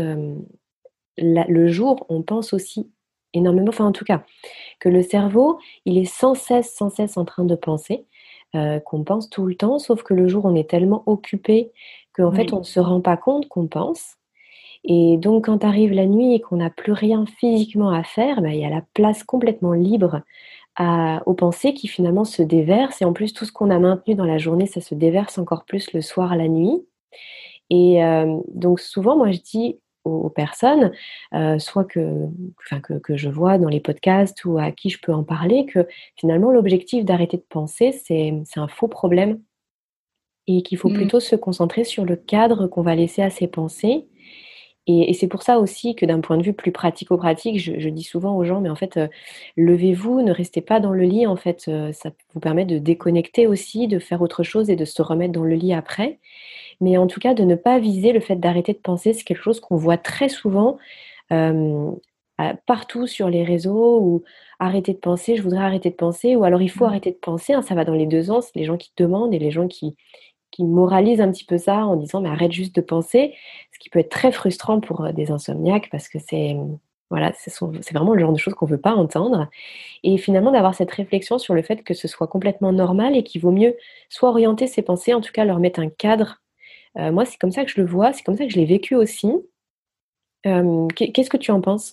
le jour, on pense aussi énormément, enfin en tout cas, que le cerveau, il est sans cesse en train de penser, qu'on pense tout le temps, sauf que le jour, on est tellement occupé qu'en fait, on Oui. ne se rend pas compte qu'on pense. Et donc, quand arrive la nuit et qu'on n'a plus rien physiquement à faire, bah, il y a la place complètement libre aux pensées qui finalement se déversent. Et en plus, tout ce qu'on a maintenu dans la journée, ça se déverse encore plus le soir, la nuit. Et donc souvent, moi, je dis aux personnes, soit que je vois dans les podcasts ou à qui je peux en parler, que finalement l'objectif d'arrêter de penser, c'est un faux problème et qu'il faut Mm. plutôt se concentrer sur le cadre qu'on va laisser à ces pensées. Et c'est pour ça aussi que d'un point de vue plus pratico-pratique, je dis souvent aux gens: «Mais en fait, levez-vous, ne restez pas dans le lit, en fait, ça vous permet de déconnecter aussi, de faire autre chose et de se remettre dans le lit après». Mais en tout cas, de ne pas viser le fait d'arrêter de penser, c'est quelque chose qu'on voit très souvent, hem, partout sur les réseaux ou «Arrêter de penser, je voudrais arrêter de penser» ou alors «Il faut arrêter de penser», hein, ça va dans les 2 sens. Les gens qui demandent et les gens qui moralisent un petit peu ça en disant: «Mais arrête juste de penser», ce qui peut être très frustrant pour, des insomniaques parce que voilà, c'est vraiment le genre de choses qu'on veut pas entendre et finalement d'avoir cette réflexion sur le fait que ce soit complètement normal et qu'il vaut mieux soit orienter ses pensées, en tout cas leur mettre un cadre. Moi, c'est comme ça que je le vois, c'est comme ça que je l'ai vécu aussi. Qu'est-ce que tu en penses?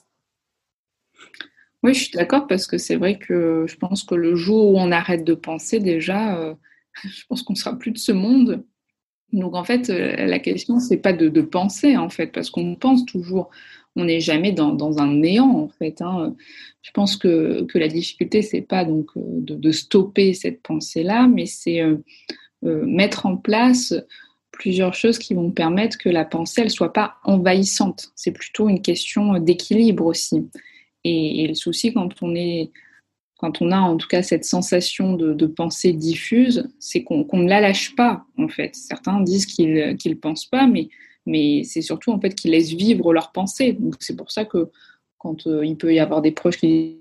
Oui, je suis d'accord parce que c'est vrai que je pense que le jour où on arrête de penser déjà, je pense qu'on sera plus de ce monde. Donc en fait, la question c'est pas de penser en fait, parce qu'on pense toujours. On n'est jamais dans un néant en fait, hein. Je pense que la difficulté c'est pas donc, de stopper cette pensée-là, mais c'est, mettre en place plusieurs choses qui vont permettre que la pensée, elle soit pas envahissante. C'est plutôt une question, d'équilibre aussi. Et le souci quand on a en tout cas cette sensation de pensée diffuse, c'est qu'on ne la lâche pas en fait. Certains disent qu'ils pensent pas, mais c'est surtout en fait qu'ils laissent vivre leurs pensées. Donc c'est pour ça que quand, il peut y avoir des proches qui disent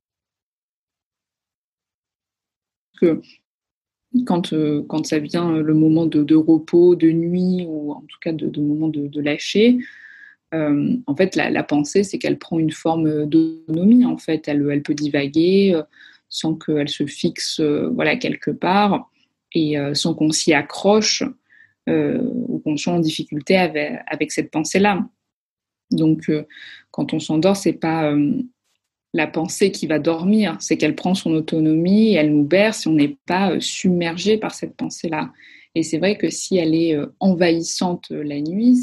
que quand ça vient, le moment de repos, de nuit ou en tout cas de moment de lâcher, en fait, la pensée, c'est qu'elle prend une forme d'autonomie. En fait, elle peut divaguer sans qu'elle se fixe, voilà, quelque part et sans qu'on s'y accroche ou qu'on soit en difficulté avec cette pensée-là. Donc, quand on s'endort, c'est pas la pensée qui va dormir, c'est qu'elle prend son autonomie, elle nous berce et on n'est pas submergé par cette pensée-là. Et c'est vrai que si elle est envahissante la nuit,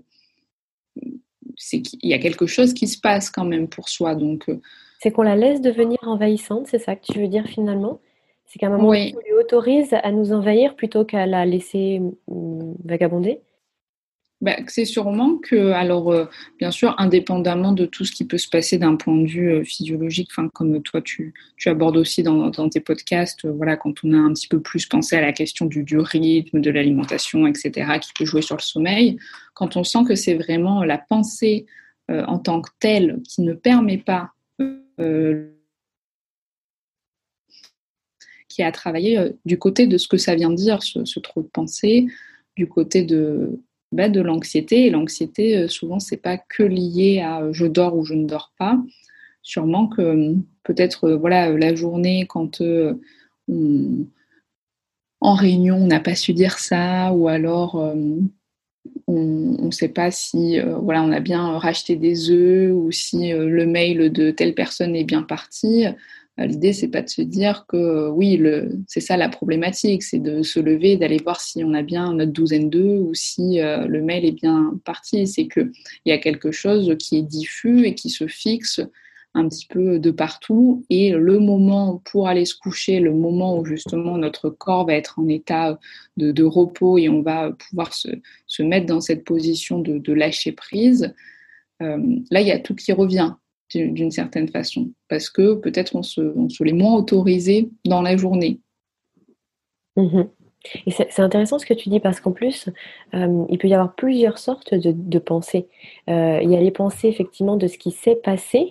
c'est qu'il y a quelque chose qui se passe quand même pour soi. Donc, C'est qu'on la laisse devenir envahissante, c'est ça que tu veux dire finalement? C'est qu'à un moment donné, oui, on lui autorise à nous envahir plutôt qu'à la laisser, vagabonder? bah, c'est sûrement que, alors, bien sûr, indépendamment de tout ce qui peut se passer d'un point de vue physiologique, enfin, comme toi tu abordes aussi dans tes podcasts, voilà, quand on a un petit peu plus pensé à la question du rythme, de l'alimentation, etc., qui peut jouer sur le sommeil, quand on sent que c'est vraiment la pensée en tant que telle qui ne permet pas qui a travaillé du côté de ce que ça vient de dire, ce trop de pensée, du côté de l'anxiété. Et l'anxiété, souvent, c'est pas que lié à je dors ou je ne dors pas. Sûrement que peut-être voilà la journée quand on, en réunion on n'a pas su dire ça ou alors on ne sait pas si voilà on a bien racheté des œufs ou si le mail de telle personne est bien parti. L'idée c'est pas de se dire que oui c'est ça la problématique, c'est de se lever et d'aller voir si on a bien notre douzaine d'œufs ou si le mail est bien parti. C'est que il y a quelque chose qui est diffus et qui se fixe un petit peu de partout et le moment pour aller se coucher, le moment où justement notre corps va être en état de repos et on va pouvoir se mettre dans cette position de lâcher prise, là, il y a tout qui revient d'une certaine façon, parce que peut-être on se l'est moins autorisé dans la journée. Mmh. Et c'est intéressant ce que tu dis parce qu'en plus, il peut y avoir plusieurs sortes de pensées. Il y a les pensées effectivement de ce qui s'est passé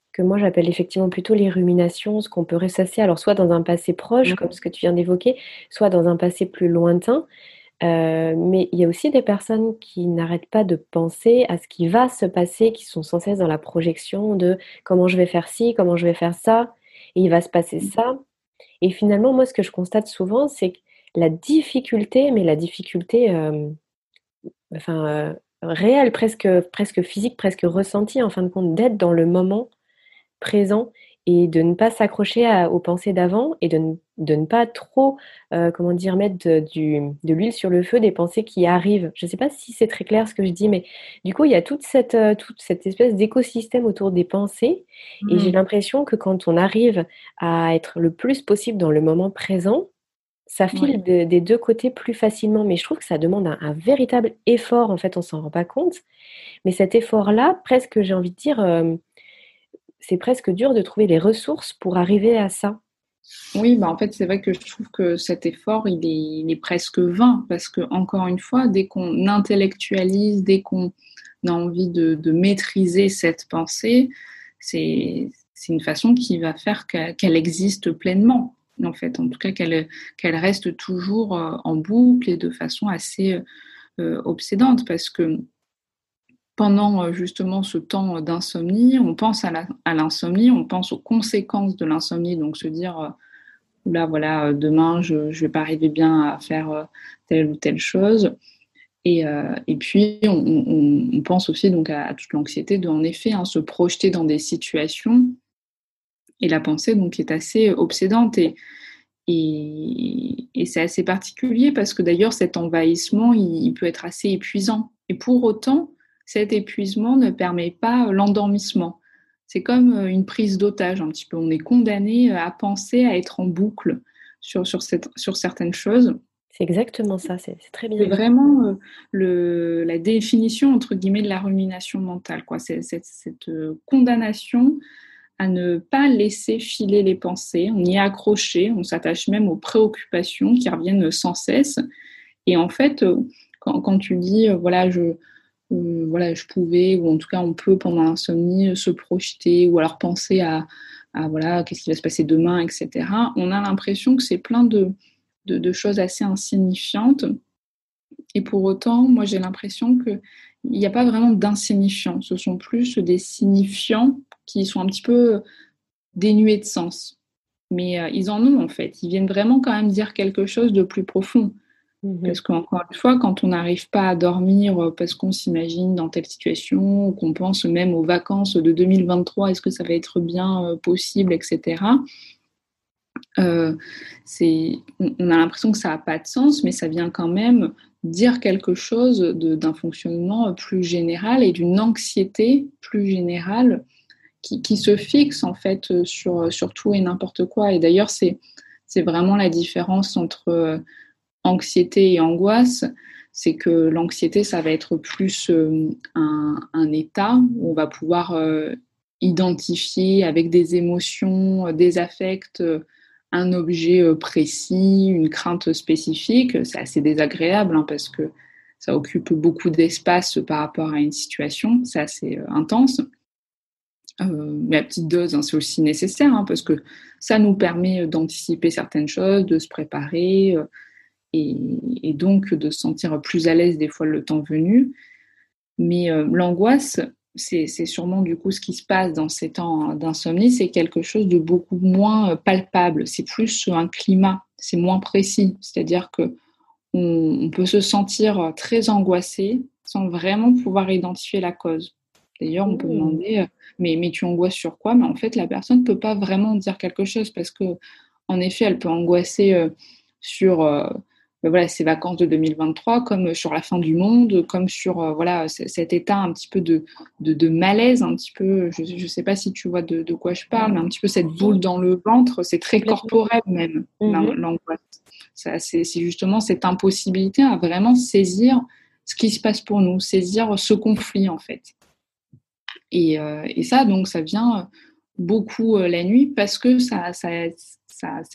que moi j'appelle effectivement plutôt les ruminations, ce qu'on peut ressasser, alors soit dans un passé proche, comme ce que tu viens d'évoquer, soit dans un passé plus lointain. Mais il y a aussi des personnes qui n'arrêtent pas de penser à ce qui va se passer, qui sont sans cesse dans la projection de comment je vais faire ci, comment je vais faire ça, et il va se passer ça. Et finalement, moi, ce que je constate souvent, c'est que la difficulté, mais la difficulté, enfin, réelle, presque physique, presque ressentie, en fin de compte, d'être dans le moment présent et de ne pas s'accrocher aux pensées d'avant et de ne pas trop, comment dire, mettre de l'huile sur le feu des pensées qui arrivent. Je ne sais pas si c'est très clair ce que je dis, mais du coup, il y a toute cette espèce d'écosystème autour des pensées et j'ai Mm. l'impression que quand on arrive à être le plus possible dans le moment présent, ça Ouais. file des 2 côtés plus facilement. Mais je trouve que ça demande un véritable effort, en fait, on s'en rend pas compte. Mais cet effort-là, presque, j'ai envie de dire, c'est presque dur de trouver les ressources pour arriver à ça. Oui, bah en fait, c'est vrai que je trouve que cet effort, il est presque vain parce que, encore une fois, dès qu'on intellectualise, dès qu'on a envie de maîtriser cette pensée, c'est une façon qui va faire qu'elle existe pleinement, en fait. En tout cas, qu'elle reste toujours en boucle et de façon assez obsédante parce que pendant justement ce temps d'insomnie, on pense à l'insomnie, on pense aux conséquences de l'insomnie, donc se dire là, voilà, demain, je ne vais pas arriver bien à faire telle ou telle chose. Et puis, on pense aussi donc à toute l'anxiété de, en effet, hein, se projeter dans des situations. Et la pensée, donc, est assez obsédante. Et c'est assez particulier parce que d'ailleurs, cet envahissement, il peut être assez épuisant. Et pour autant, cet épuisement ne permet pas l'endormissement. C'est comme une prise d'otage un petit peu. On est condamné à penser, à être en boucle sur certaines choses. C'est exactement ça, c'est très bien C'est dit. vraiment la définition, entre guillemets, de la rumination mentale, quoi. C'est cette condamnation à ne pas laisser filer les pensées, on y est accroché, on s'attache même aux préoccupations qui reviennent sans cesse. Et en fait, quand tu dis, voilà, je pouvais, ou en tout cas on peut pendant l'insomnie se projeter, ou alors penser à voilà, qu'est-ce qui va se passer demain, etc. On a l'impression que c'est plein de choses assez insignifiantes. Et pour autant, moi j'ai l'impression qu'il n'y a pas vraiment d'insignifiants. Ce sont plus des signifiants qui sont un petit peu dénués de sens. Mais ils en ont en fait. Ils viennent vraiment quand même dire quelque chose de plus profond. Mmh. Parce qu'encore une fois, quand on n'arrive pas à dormir parce qu'on s'imagine dans telle situation, ou qu'on pense même aux vacances de 2023, est-ce que ça va être bien possible, etc. Euh, on a l'impression que ça n'a pas de sens, mais ça vient quand même dire quelque chose d'un fonctionnement plus général et d'une anxiété plus générale qui se fixe en fait sur tout et n'importe quoi. Et d'ailleurs, c'est vraiment la différence entre anxiété et angoisse. C'est que l'anxiété, ça va être plus un état où on va pouvoir identifier avec des émotions, des affects, un objet précis, une crainte spécifique. C'est assez désagréable hein, parce que ça occupe beaucoup d'espace par rapport à une situation. C'est assez intense. Mais à petite dose, hein, c'est aussi nécessaire hein, parce que ça nous permet d'anticiper certaines choses, de se préparer et donc de se sentir plus à l'aise des fois le temps venu. Mais l'angoisse, c'est sûrement du coup ce qui se passe dans ces temps d'insomnie, c'est quelque chose de beaucoup moins palpable. C'est plus un climat, c'est moins précis. C'est-à-dire que on peut se sentir très angoissé sans vraiment pouvoir identifier la cause. D'ailleurs, on peut Mmh. demander, mais tu angoisses sur quoi? Mais en fait, la personne ne peut pas vraiment dire quelque chose parce que, en effet, elle peut angoisser sur ben voilà, ses vacances de 2023, comme sur la fin du monde, comme sur voilà, cet état un petit peu de malaise, un petit peu, je ne sais pas si tu vois de quoi je parle, mais un petit peu cette boule Si, dans le ventre, c'est très complètement. corporel même, Mmh. l'angoisse. C'est justement cette impossibilité à vraiment saisir ce qui se passe pour nous, saisir ce conflit en fait. Et ça, donc, ça vient beaucoup la nuit parce que ça a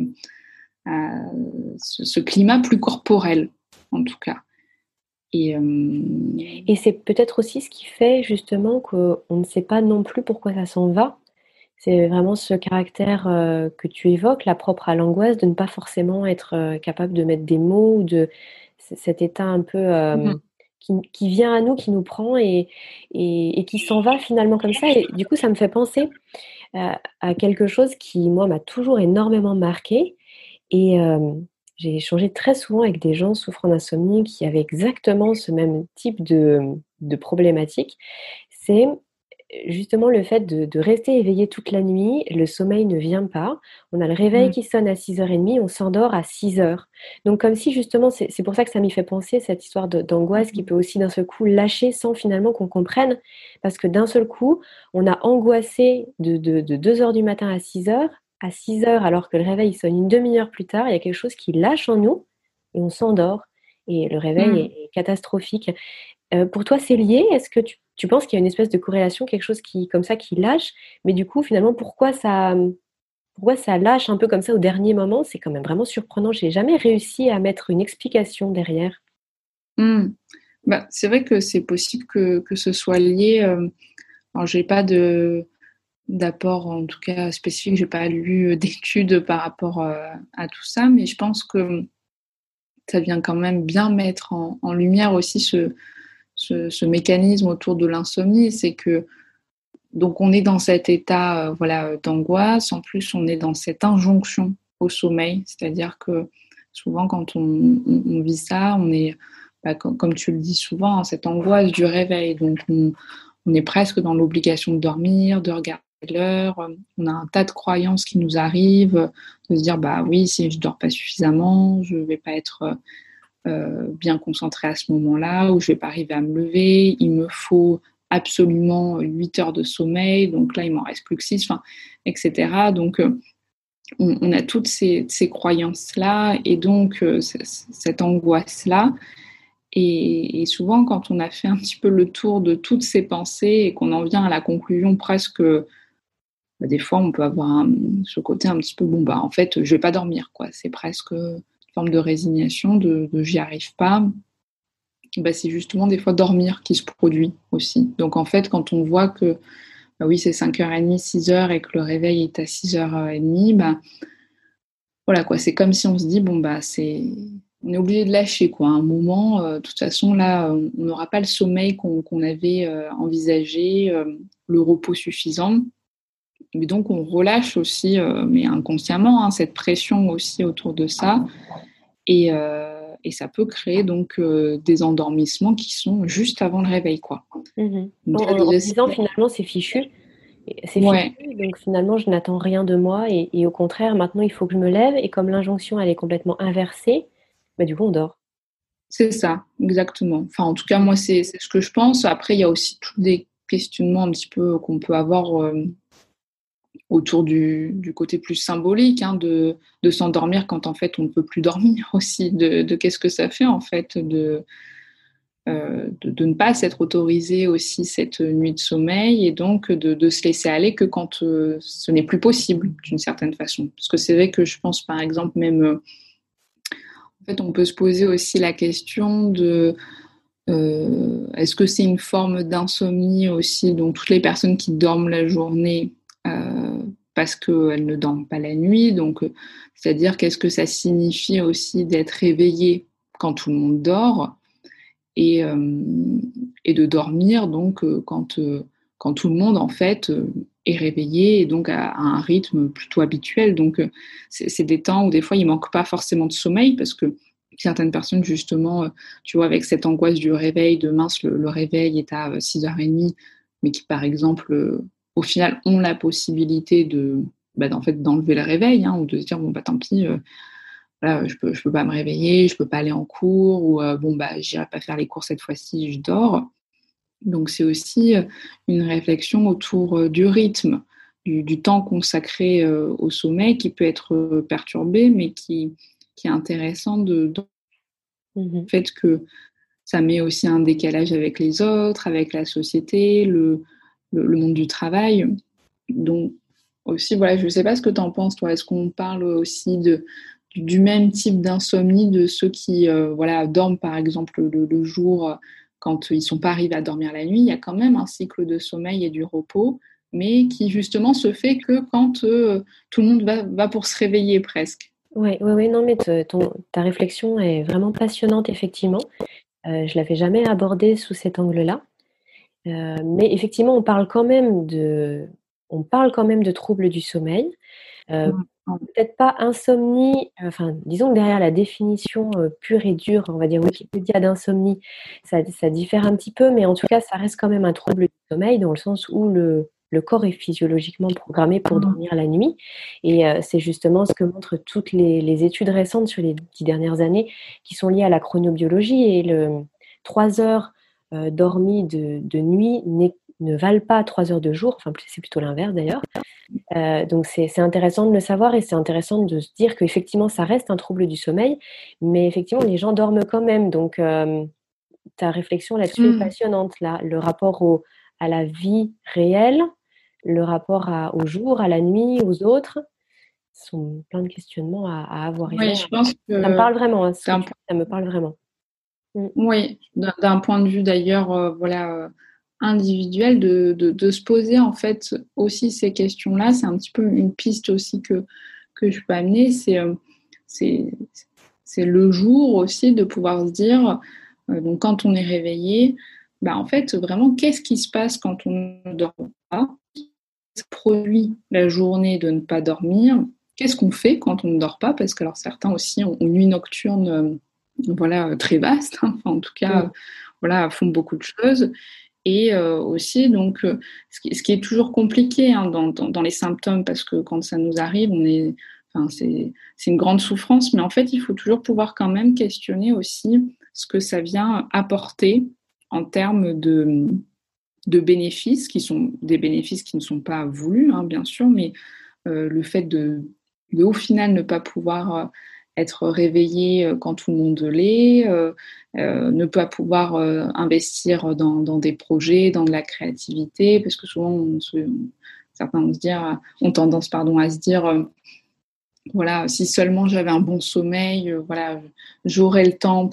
ce climat plus corporel, en tout cas. Et Et c'est peut-être aussi ce qui fait justement qu'on ne sait pas non plus pourquoi ça s'en va. C'est vraiment ce caractère que tu évoques, la propre à l'angoisse, de ne pas forcément être capable de mettre des mots ou de cet état un peu Mhm. qui vient à nous, qui nous prend et qui s'en va finalement comme ça. Et du coup, ça me fait penser à quelque chose qui, moi, m'a toujours énormément marqué. Et j'ai échangé très souvent avec des gens souffrant d'insomnie qui avaient exactement ce même type de problématique. C'est justement le fait de rester éveillé toute la nuit, le sommeil ne vient pas. On a le réveil Mhm. qui sonne à 6h30, on s'endort à 6h. Donc comme si justement, c'est pour ça que ça m'y fait penser, cette histoire d'angoisse qui peut aussi d'un seul coup lâcher sans finalement qu'on comprenne. Parce que d'un seul coup, on a angoissé de 2h du matin à 6h. À 6h, alors que le réveil sonne une demi-heure plus tard, il y a quelque chose qui lâche en nous et on s'endort. Et le réveil Mhm. est catastrophique. Pour toi, c'est lié? Est-ce que tu penses qu'il y a une espèce de corrélation, quelque chose qui comme ça qui lâche? Mais du coup, finalement, pourquoi ça lâche un peu comme ça au dernier moment? C'est quand même vraiment surprenant. J'ai jamais réussi à mettre une explication derrière. Mhm. Bah, c'est vrai que c'est possible que ce soit lié. Alors, j'ai pas d'apport, en tout cas spécifique, j'ai pas lu d'études par rapport à tout ça, mais je pense que ça vient quand même bien mettre en lumière aussi ce mécanisme autour de l'insomnie. C'est que donc on est dans cet état voilà, d'angoisse, en plus on est dans cette injonction au sommeil, c'est-à-dire que souvent quand on vit ça, on est, bah, comme tu le dis souvent, hein, cette angoisse du réveil, donc on est presque dans l'obligation de dormir, de regarder l'heure, on a un tas de croyances qui nous arrivent, de se dire bah oui, si je dors pas suffisamment, je vais pas être bien concentrée à ce moment-là, ou je vais pas arriver à me lever, il me faut absolument 8 heures de sommeil, donc là il m'en reste plus que 6, enfin, etc. Donc on a toutes ces croyances-là et donc cette angoisse-là. Et souvent, quand on a fait un petit peu le tour de toutes ces pensées et qu'on en vient à la conclusion presque, bah, des fois, on peut avoir ce côté un petit peu, bon, bah, en fait, je vais pas dormir, quoi. C'est presque une forme de résignation, de j'y arrive pas. Bah, c'est justement des fois dormir qui se produit aussi. Donc, en fait, quand on voit que, bah oui, c'est 5h30, 6h et que le réveil est à 6h30, bah, voilà, quoi. C'est comme si on se dit, bon, bah, on est obligé de lâcher, quoi. À un moment, de toute façon, là, on n'aura pas le sommeil qu'on avait envisagé, le repos suffisant. Mais donc, on relâche aussi, mais inconsciemment, hein, cette pression aussi autour de ça. Et ça peut créer donc des endormissements qui sont juste avant le réveil, quoi. Mhm. Donc, En, il y a en des disant essais. finalement c'est fichu, c'est Ouais, fichu, donc finalement je n'attends rien de moi et au contraire maintenant il faut que je me lève et comme l'injonction elle est complètement inversée, bah, du coup on dort. c'est ça, exactement. Enfin, en tout cas, moi, c'est ce que je pense. Après, il y a aussi tous des questionnements un petit peu qu'on peut avoir autour du côté plus symbolique, hein, de s'endormir quand en fait on ne peut plus dormir aussi, de qu'est-ce que ça fait en fait de ne pas s'être autorisé aussi cette nuit de sommeil et donc de se laisser aller que quand ce n'est plus possible d'une certaine façon. Parce que c'est vrai que je pense par exemple même, en fait on peut se poser aussi la question de est-ce que c'est une forme d'insomnie aussi, donc toutes les personnes qui dorment la journée parce qu'elles ne dorment pas la nuit, donc c'est-à-dire qu'est-ce que ça signifie aussi d'être réveillé quand tout le monde dort et, euh, et de dormir donc quand tout le monde en fait est réveillé et donc à un rythme plutôt habituel. Donc c'est des temps où des fois il manque pas forcément de sommeil parce que certaines personnes justement, tu vois, avec cette angoisse du réveil, de mince, le réveil est à 6h30, mais qui par exemple au final ont la possibilité en fait, d'enlever le réveil hein, ou de se dire bon bah tant pis, voilà, je peux pas me réveiller, je peux pas aller en cours, ou bon, bah, j'irai pas faire les cours cette fois-ci, je dors. Donc, c'est aussi une réflexion autour du rythme, du temps consacré au sommeil qui peut être perturbé, mais qui est intéressant dans Mhm. le fait que ça met aussi un décalage avec les autres, avec la société, le monde du travail. Donc, aussi, voilà, je ne sais pas ce que tu en penses, toi. Est-ce qu'on parle aussi du même type d'insomnie de ceux qui voilà, dorment, par exemple, le jour quand ils ne sont pas arrivés à dormir la nuit? Il y a quand même un cycle de sommeil et du repos, mais qui justement se fait que quand tout le monde va pour se réveiller presque. Ouais, ouais, ouais, non, mais ta réflexion est vraiment passionnante, effectivement. Je l'avais jamais abordée sous cet angle-là. Mais effectivement, on parle quand même de troubles du sommeil. Heu, Peut-être pas insomnie, enfin, disons que derrière la définition, pure et dure, on va dire Wikipédia d'insomnie, ça diffère un petit peu, mais en tout cas, ça reste quand même un trouble du sommeil dans le sens où le corps est physiologiquement programmé pour dormir la nuit et c'est justement ce que montrent toutes les études récentes sur les 10 dernières années qui sont liées à la chronobiologie et le 3 heures, dormies de nuit ne valent pas 3 heures de jour, enfin, c'est plutôt l'inverse d'ailleurs. Donc c'est intéressant de le savoir et c'est intéressant de se dire qu'effectivement ça reste un trouble du sommeil, mais effectivement les gens dorment quand même. Donc ta réflexion là-dessus est Mmh. passionnante là. Le rapport à la vie réelle, le rapport au jour, à la nuit, aux autres, sont plein de questionnements à avoir. Et Oui, je pense ça me que parle vraiment, hein, ce que d'un tu dis, ça me parle vraiment. Mmh. Oui, d'un point de vue d'ailleurs, individuel, de se poser en fait aussi ces questions-là. C'est un petit peu une piste aussi que je peux amener. C'est, c'est le jour aussi de pouvoir se dire, donc quand on est réveillé, bah en fait, vraiment, qu'est-ce qui se passe quand on ne dort pas? Qu'est-ce qui produit la journée de ne pas dormir? Qu'est-ce qu'on fait quand on ne dort pas? Parce que alors certains aussi ont une nuit nocturne très vaste, hein. Enfin, en tout cas, Mmh. font beaucoup de choses. Et aussi, donc, ce qui est toujours compliqué hein, dans les symptômes, parce que quand ça nous arrive, c'est une grande souffrance, mais en fait, il faut toujours pouvoir quand même questionner aussi ce que ça vient apporter en termes de bénéfices, qui sont des bénéfices qui ne sont pas voulus, hein, bien sûr, mais le fait au final ne pas pouvoir être réveillé quand tout le monde l'est, ne pas pouvoir investir dans des projets, dans de la créativité, parce que souvent certains ont tendance à se dire voilà, si seulement j'avais un bon sommeil, voilà, j'aurais le temps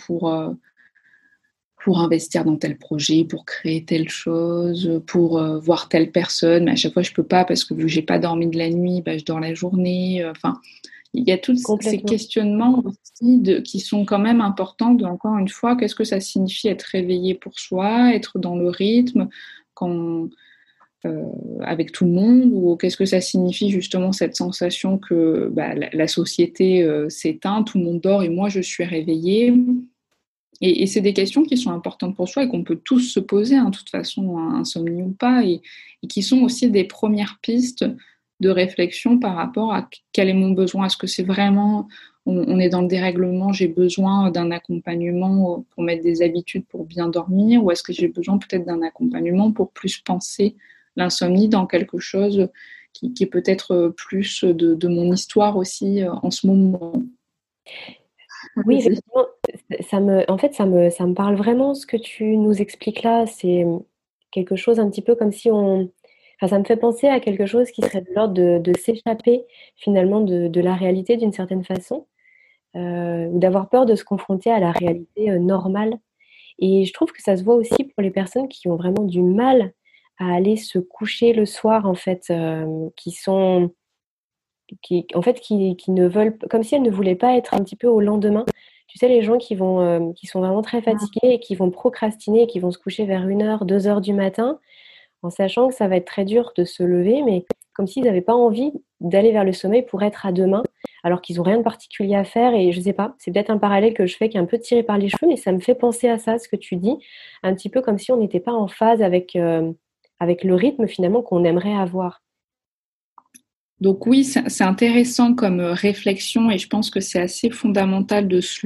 pour investir dans tel projet, pour créer telle chose, pour voir telle personne, mais à chaque fois je peux pas parce que vu que j'ai pas dormi de la nuit, bah, je dors la journée. Enfin, il y a tous ces Complètement. questionnements aussi qui sont quand même importants. Encore une fois, qu'est-ce que ça signifie être réveillé pour soi, être dans le rythme quand, euh, avec tout le monde, ou qu'est-ce que ça signifie justement cette sensation que bah, la société s'éteint, tout le monde dort et moi je suis réveillée. Et c'est des questions qui sont importantes pour soi et qu'on peut tous se poser, hein, de toute façon, insomnie ou pas, et qui sont aussi des premières pistes de réflexion par rapport à quel est mon besoin. Est-ce que c'est vraiment, on est dans le dérèglement, j'ai besoin d'un accompagnement pour mettre des habitudes pour bien dormir, ou est-ce que j'ai besoin peut-être d'un accompagnement pour plus penser l'insomnie dans quelque chose qui est peut-être plus de mon histoire aussi en ce moment. Oui, Vas-y. effectivement, en fait, ça me parle vraiment ce que tu nous expliques là. C'est quelque chose un petit peu comme si enfin, ça me fait penser à quelque chose qui serait de l'ordre de s'échapper finalement de la réalité d'une certaine façon, ou d'avoir peur de se confronter à la réalité normale. Et je trouve que ça se voit aussi pour les personnes qui ont vraiment du mal à aller se coucher le soir, en fait, qui ne veulent, comme si elles ne voulaient pas être un petit peu au lendemain. Tu sais, les gens qui sont vraiment très fatigués et qui vont procrastiner et qui vont se coucher vers 1 heure, 2 heures du matin, en sachant que ça va être très dur de se lever, mais comme s'ils n'avaient pas envie d'aller vers le sommeil pour être à demain, alors qu'ils n'ont rien de particulier à faire. Et je sais pas, c'est peut-être un parallèle que je fais qui est un peu tiré par les cheveux, mais ça me fait penser à ça, ce que tu dis, un petit peu comme si on n'était pas en phase avec le rythme finalement qu'on aimerait avoir. Donc oui, c'est intéressant comme réflexion et je pense que c'est assez fondamental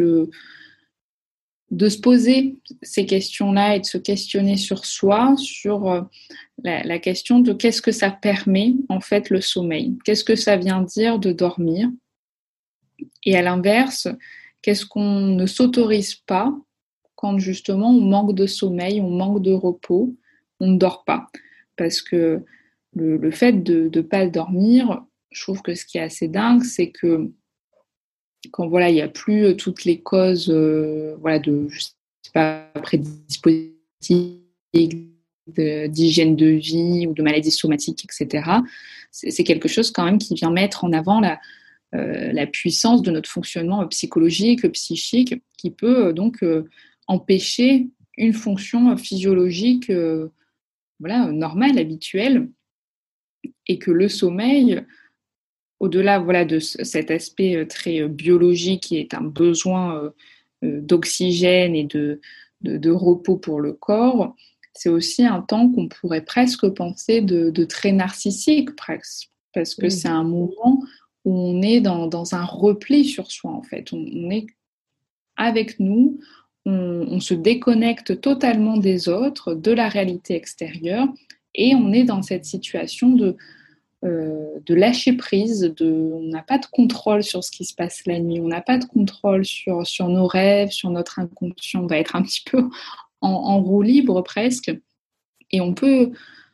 de se poser ces questions-là et de se questionner sur soi, sur la question de qu'est-ce que ça permet en fait le sommeil. Qu'est-ce que ça vient dire de dormir? Et à l'inverse, qu'est-ce qu'on ne s'autorise pas quand justement on manque de sommeil, on manque de repos, on ne dort pas? Parce que le fait de ne pas dormir, je trouve que ce qui est assez dingue, c'est que quand voilà, il n'y a plus toutes les causes de, je sais pas, prédispositifs d'hygiène de vie ou de maladies somatiques, etc. C'est quelque chose quand même qui vient mettre en avant la puissance de notre fonctionnement psychologique, psychique, qui peut donc empêcher une fonction physiologique normale, habituelle, et que le sommeil, au-delà de cet aspect très biologique qui est un besoin d'oxygène et de repos pour le corps, c'est aussi un temps qu'on pourrait presque penser de très narcissique, presque, parce que c'est un moment où on est dans un repli sur soi, en fait. On est avec nous, on se déconnecte totalement des autres, de la réalité extérieure, et on est dans cette situation de lâcher prise, on n'a pas de contrôle sur ce qui se passe la nuit, on n'a pas de contrôle sur nos rêves, sur notre inconscient, on va être un petit peu en roue libre presque, et on peut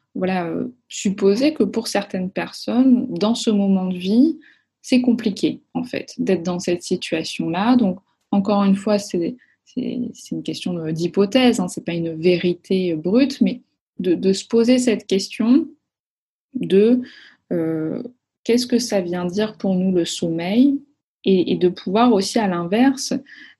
supposer que pour certaines personnes, dans ce moment de vie, c'est compliqué en fait d'être dans cette situation-là. Donc encore une fois, c'est une question d'hypothèse, hein, c'est pas une vérité brute, mais de se poser cette question de qu'est-ce que ça vient dire pour nous le sommeil, et de pouvoir aussi à l'inverse,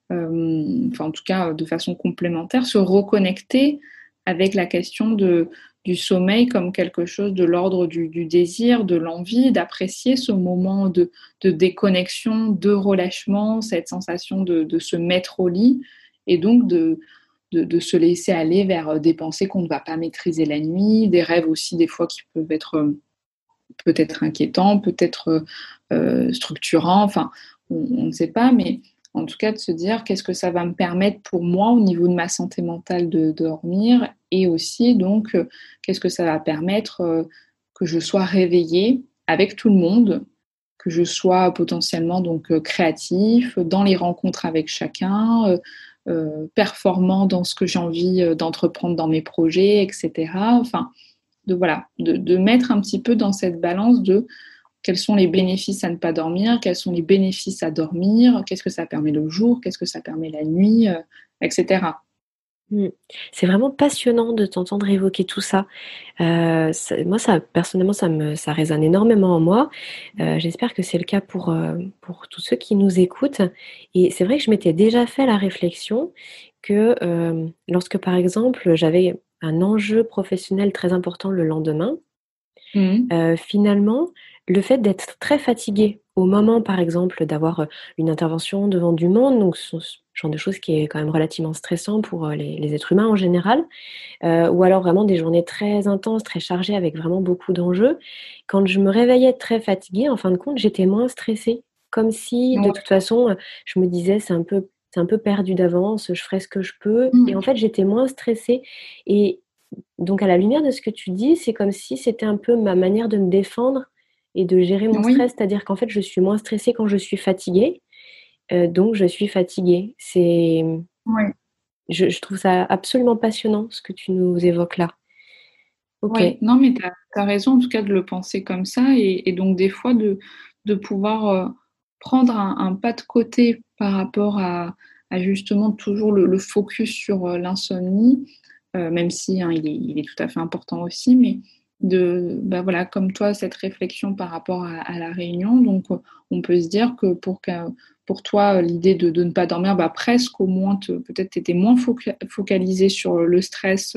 en tout cas de façon complémentaire, se reconnecter avec la question du sommeil comme quelque chose de l'ordre du désir, de l'envie, d'apprécier ce moment de déconnexion, de relâchement, cette sensation de se mettre au lit, et donc de se laisser aller vers des pensées qu'on ne va pas maîtriser la nuit, des rêves aussi des fois qui peuvent être peut-être inquiétant, peut-être structurant, enfin, on ne sait pas, mais en tout cas de se dire qu'est-ce que ça va me permettre pour moi au niveau de ma santé mentale de dormir, et aussi donc qu'est-ce que ça va permettre que je sois réveillée avec tout le monde, que je sois potentiellement donc créatif dans les rencontres avec chacun, performant dans ce que j'ai envie d'entreprendre dans mes projets, etc. Enfin, de mettre un petit peu dans cette balance de quels sont les bénéfices à ne pas dormir, quels sont les bénéfices à dormir, qu'est-ce que ça permet le jour, qu'est-ce que ça permet la nuit, etc. C'est vraiment passionnant de t'entendre évoquer tout ça. Moi, personnellement, ça résonne énormément en moi. J'espère que c'est le cas pour tous ceux qui nous écoutent. Et c'est vrai que je m'étais déjà fait la réflexion que lorsque, par exemple, j'avais un enjeu professionnel très important le lendemain, finalement, le fait d'être très fatiguée au moment, par exemple, d'avoir une intervention devant du monde, donc ce genre de choses qui est quand même relativement stressant pour les êtres humains en général, ou alors vraiment des journées très intenses, très chargées avec vraiment beaucoup d'enjeux. Quand je me réveillais très fatiguée, en fin de compte, j'étais moins stressée. Comme si, de toute façon, je me disais, c'est un peu perdu d'avance, je ferai ce que je peux. Et en fait, j'étais moins stressée. Et donc, à la lumière de ce que tu dis, c'est comme si c'était un peu ma manière de me défendre et de gérer mon Oui, stress. C'est-à-dire qu'en fait, je suis moins stressée quand je suis fatiguée. Donc, je suis fatiguée. oui. Je trouve ça absolument passionnant, ce que tu nous évoques là. Ok. Oui, non, mais tu as raison en tout cas de le penser comme ça, et donc des fois de pouvoir prendre un pas de côté par rapport à justement toujours le focus sur l'insomnie, même si hein, il est tout à fait important aussi, mais voilà, comme toi, cette réflexion par rapport à la réunion, donc on peut se dire que pour toi, l'idée de ne pas dormir, presque au moins, peut-être tu étais moins focalisé sur le stress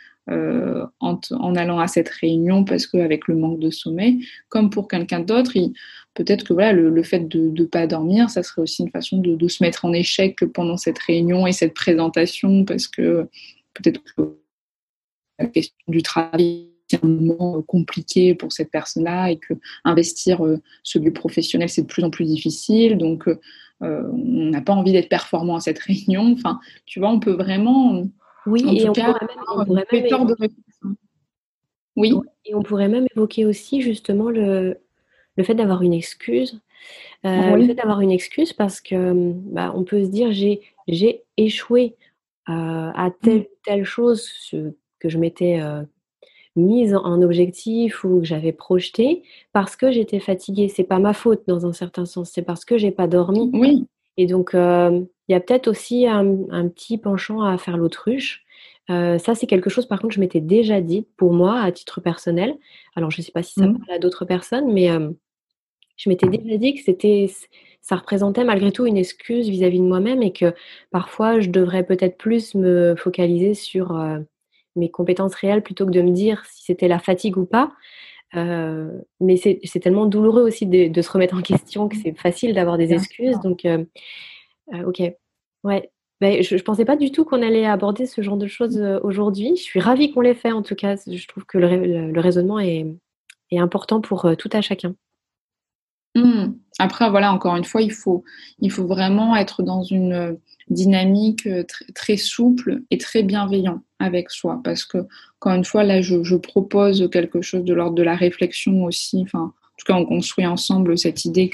en allant à cette réunion, parce qu'avec le manque de sommeil, comme pour quelqu'un d'autre, peut-être que voilà, le fait de ne pas dormir, ça serait aussi une façon de se mettre en échec pendant cette réunion et cette présentation, parce que peut-être que la question du travail est un moment compliqué pour cette personne-là, et que investir ce lieu professionnel, c'est de plus en plus difficile, donc on n'a pas envie d'être performant à cette réunion. Enfin, tu vois, on peut vraiment, Oui, en et tout cas, on avoir une pourrait même pléthore de réflexions. Oui, et on pourrait même évoquer aussi justement le fait d'avoir une excuse. Le fait oui, d'avoir une excuse parce que, on peut se dire: «J'ai échoué, à telle mmh, ou telle chose», que je m'étais, mise en objectif ou que j'avais projeté parce que j'étais fatiguée. C'est pas ma faute dans un certain sens, c'est parce que j'ai pas dormi. oui, Et donc, il y a peut-être aussi un petit penchant à faire l'autruche, Ça, c'est quelque chose, par contre, je m'étais déjà dit pour moi, à titre personnel. Alors je sais pas si ça Mmh. parle à d'autres personnes, mais je m'étais déjà dit que ça représentait malgré tout une excuse vis-à-vis de moi-même et que parfois je devrais peut-être plus me focaliser sur, mes compétences réelles plutôt que de me dire si c'était la fatigue ou pas. Mais c'est tellement douloureux aussi de se remettre en question que c'est facile d'avoir des Bien excuses sûr. donc OK. Ouais. Beh, je pensais pas du tout qu'on allait aborder ce genre de choses, aujourd'hui. Je suis ravie qu'on l'ait fait en tout cas. Je trouve que le raisonnement est important pour, tout à chacun. Mmh. Après voilà, encore une fois, il faut vraiment être dans une, dynamique, très souple et très bienveillant avec soi. Parce que encore une fois, là, je propose quelque chose de l'ordre de la réflexion aussi, enfin, en tout cas, on construit ensemble cette idée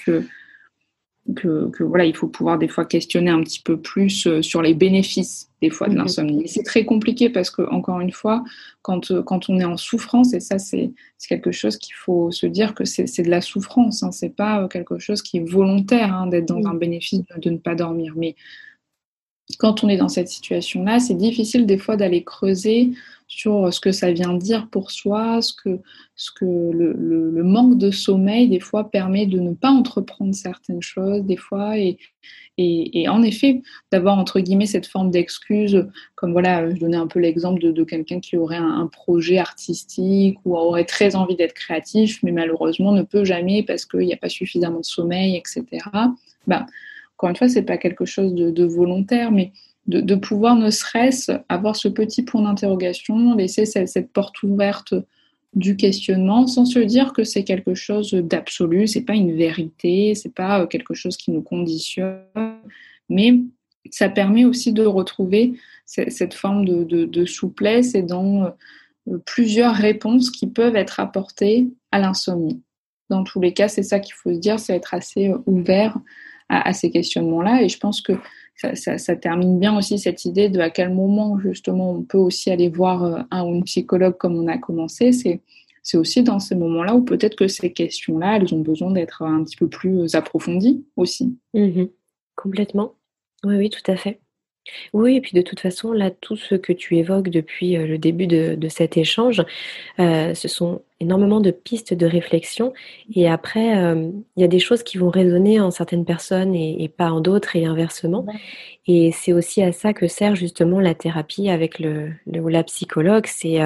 que voilà, il faut pouvoir des fois questionner un petit peu plus, sur les bénéfices des fois de Mmh mh. l'insomnie. Et c'est très compliqué parce que encore une fois, quand on est en souffrance et ça c'est quelque chose qu'il faut se dire que c'est de la souffrance, hein, c'est pas, quelque chose qui est volontaire, hein, d'être dans un Mmh. bénéfice de ne pas dormir. Mais quand on est dans cette situation-là, c'est difficile des fois d'aller creuser sur ce que ça vient dire pour soi, ce que le manque de sommeil, des fois, permet de ne pas entreprendre certaines choses, des fois. Et en effet, d'avoir, entre guillemets, cette forme d'excuse, comme voilà, je donnais un peu l'exemple de quelqu'un qui aurait un projet artistique ou aurait très envie d'être créatif, mais malheureusement ne peut jamais parce qu'il n'y a pas suffisamment de sommeil, etc. Bah, encore une fois, c'est pas quelque chose de volontaire, mais de pouvoir ne serait-ce avoir ce petit point d'interrogation, laisser cette porte ouverte du questionnement sans se dire que c'est quelque chose d'absolu, c'est pas une vérité, c'est pas quelque chose qui nous conditionne, mais ça permet aussi de retrouver cette forme de souplesse et dans plusieurs réponses qui peuvent être apportées à l'insomnie. Dans tous les cas, c'est ça qu'il faut se dire, c'est être assez ouvert à ces questionnements-là. Et je pense que ça termine bien aussi cette idée de à quel moment justement on peut aussi aller voir un ou une psychologue comme on a commencé. C'est aussi dans ces moments-là où peut-être que ces questions-là, elles ont besoin d'être un petit peu plus approfondies aussi. Mmh. Complètement. Oui, oui, tout à fait. Oui et puis de toute façon, là, tout ce que tu évoques depuis, le début de cet échange, ce sont énormément de pistes de réflexion et après, il y a des choses qui vont résonner en certaines personnes et pas en d'autres et inversement et c'est aussi à ça que sert justement la thérapie avec le ou la psychologue.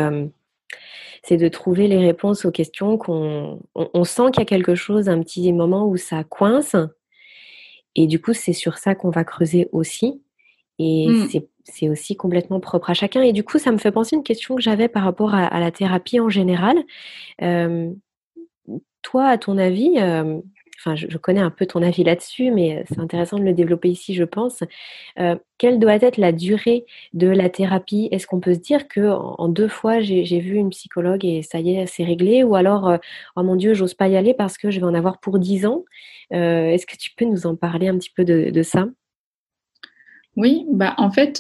C'est de trouver les réponses aux questions on sent qu'il y a quelque chose, un petit moment où ça coince et du coup, c'est sur ça qu'on va creuser aussi et Mm. c'est aussi complètement propre à chacun et du coup, ça me fait penser à une question que j'avais par rapport à la thérapie en général. Hem, Toi, à ton avis, enfin, je connais un peu ton avis là-dessus, mais c'est intéressant de le développer ici, je pense. Quelle doit être la durée de la thérapie? Est-ce qu'on peut se dire qu'en 2 fois, j'ai vu une psychologue et ça y est, c'est réglé? Ou alors, «Oh mon Dieu, j'ose pas y aller parce que je vais en avoir pour 10 ans». Est-ce que tu peux nous en parler un petit peu de ça? Oui, bah en fait,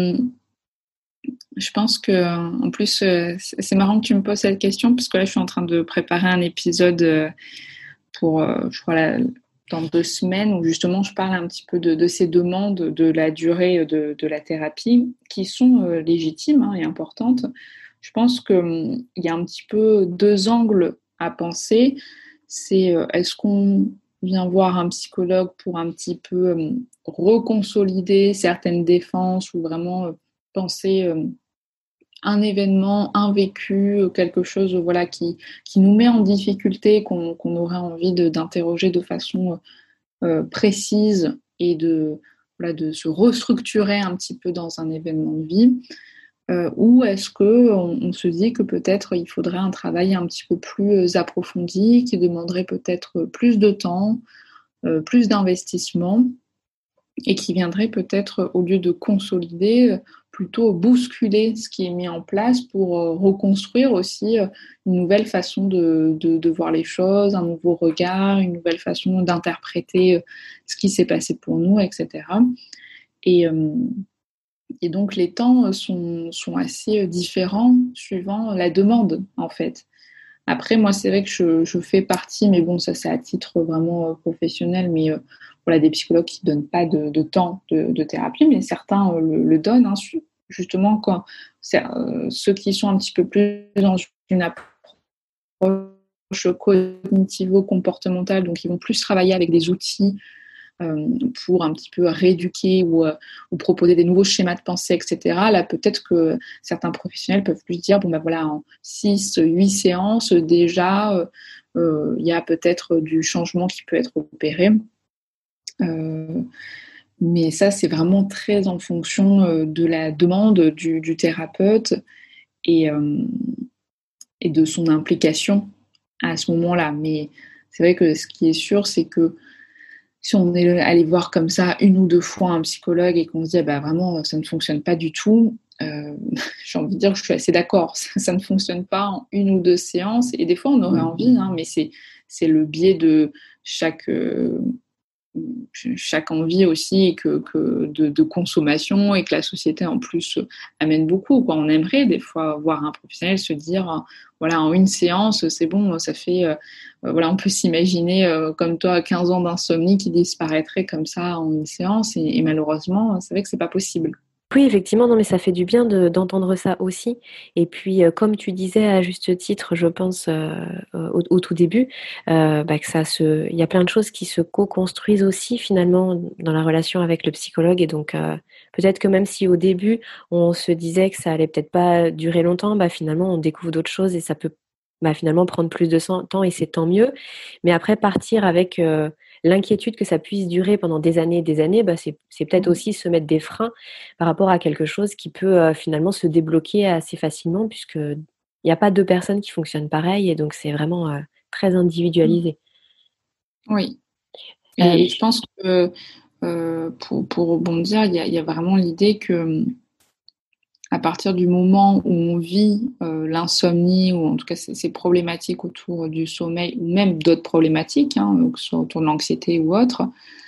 je pense que en plus, c'est marrant que tu me poses cette question parce que là, je suis en train de préparer un épisode pour, je crois, dans 2 semaines où justement je parle un petit peu de ces demandes, de la durée de la thérapie qui sont légitimes hein, et importantes. Je pense qu'il y a un petit peu deux angles à penser. C'est est-ce qu'on vient voir un psychologue pour un petit peu reconsolider certaines défenses ou vraiment penser un événement, un vécu, quelque chose voilà, qui nous met en difficulté, qu'on aurait envie d'interroger de façon précise et voilà, de se restructurer un petit peu dans un événement de vie. Ou est-ce qu'on se dit que peut-être il faudrait un travail un petit peu plus approfondi, qui demanderait peut-être plus de temps, plus d'investissement et qui viendrait peut-être, au lieu de consolider, plutôt bousculer ce qui est mis en place pour, reconstruire aussi, une nouvelle façon de voir les choses, un nouveau regard, une nouvelle façon d'interpréter, ce qui s'est passé pour nous et cetera. Et et donc les temps, sont assez, différents suivant la demande, en fait. Après, moi, c'est vrai que je fais partie, mais bon, ça, c'est à titre vraiment professionnel, mais voilà, des psychologues qui ne donnent pas de temps de thérapie, mais certains le donnent hein, justement, quand ceux qui sont un petit peu plus dans une approche cognitivo-comportementale, donc ils vont plus travailler avec des outils pour un petit peu rééduquer ou proposer des nouveaux schémas de pensée, etc. Là, peut-être que certains professionnels peuvent plus dire, bon ben voilà, en 6-8 séances, déjà, il y a peut-être du changement qui peut être opéré. Mais ça, c'est vraiment très en fonction de la demande du thérapeute et, euh, et de son implication à ce moment-là. Mais c'est vrai que ce qui est sûr, c'est que si on est allé voir comme ça une ou deux fois un psychologue et qu'on se dit, ah bah, vraiment, ça ne fonctionne pas du tout, j'ai envie de dire que je suis assez d'accord. Ça ne fonctionne pas en une ou deux séances. Et des fois, on aurait envie, hein, mais c'est le biais de chaque envie aussi et que de consommation et que la société en plus amène beaucoup, quoi. On aimerait des fois voir un professionnel se dire voilà, en une séance c'est bon, ça fait voilà, on peut s'imaginer comme toi 15 ans d'insomnie qui disparaîtrait comme ça en une séance et malheureusement c'est vrai que c'est pas possible. Oui, effectivement, non, mais ça fait du bien d'entendre ça aussi. Et puis, comme tu disais à juste titre, je pense, au tout début, bah, que il y a plein de choses qui se co-construisent aussi finalement dans la relation avec le psychologue. Et donc, peut-être que même si au début, on se disait que ça allait peut-être pas durer longtemps, bah, finalement, on découvre d'autres choses et ça peut bah, finalement prendre plus de temps et c'est tant mieux. Mais après, partir avec l'inquiétude que ça puisse durer pendant des années, bah, c'est peut-être aussi se mettre des freins par rapport à quelque chose qui peut finalement se débloquer assez facilement puisque il n'y a pas deux personnes qui fonctionnent pareil et donc c'est vraiment très individualisé. Oui, Euh, et je pense que pour rebondir, il y a vraiment l'idée que à partir du moment où on vit l'insomnie ou en tout cas ces problématiques autour du sommeil ou même d'autres problématiques, hein, que ce soit autour de l'anxiété ou autre,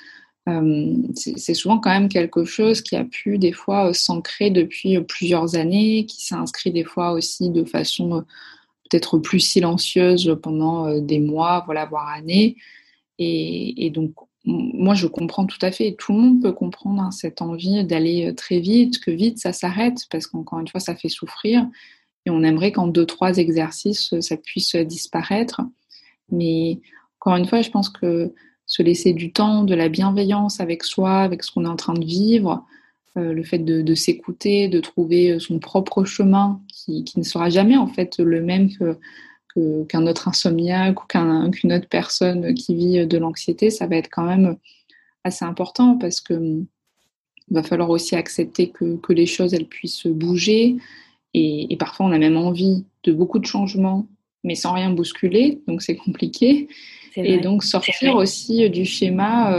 c'est souvent quand même quelque chose qui a pu des fois s'ancrer depuis plusieurs années, qui s'inscrit des fois aussi de façon peut-être plus silencieuse pendant des mois, voilà, voire années. Et donc, moi, je comprends tout à fait. Tout le monde peut comprendre hein, cette envie d'aller très vite, que vite ça s'arrête, parce qu'encore une fois, ça fait souffrir. Et on aimerait qu'en 2-3 exercices, ça puisse disparaître. Mais encore une fois, je pense que se laisser du temps, de la bienveillance avec soi, avec ce qu'on est en train de vivre, le fait de s'écouter, de trouver son propre chemin, qui ne sera jamais en fait le même qu'un autre insomniaque ou qu'une autre personne qui vit de l'anxiété, ça va être quand même assez important parce que il va falloir aussi accepter que les choses elles puissent bouger et parfois on a même envie de beaucoup de changements mais sans rien bousculer, donc c'est compliqué. c'est Et vrai. donc sortir aussi du schéma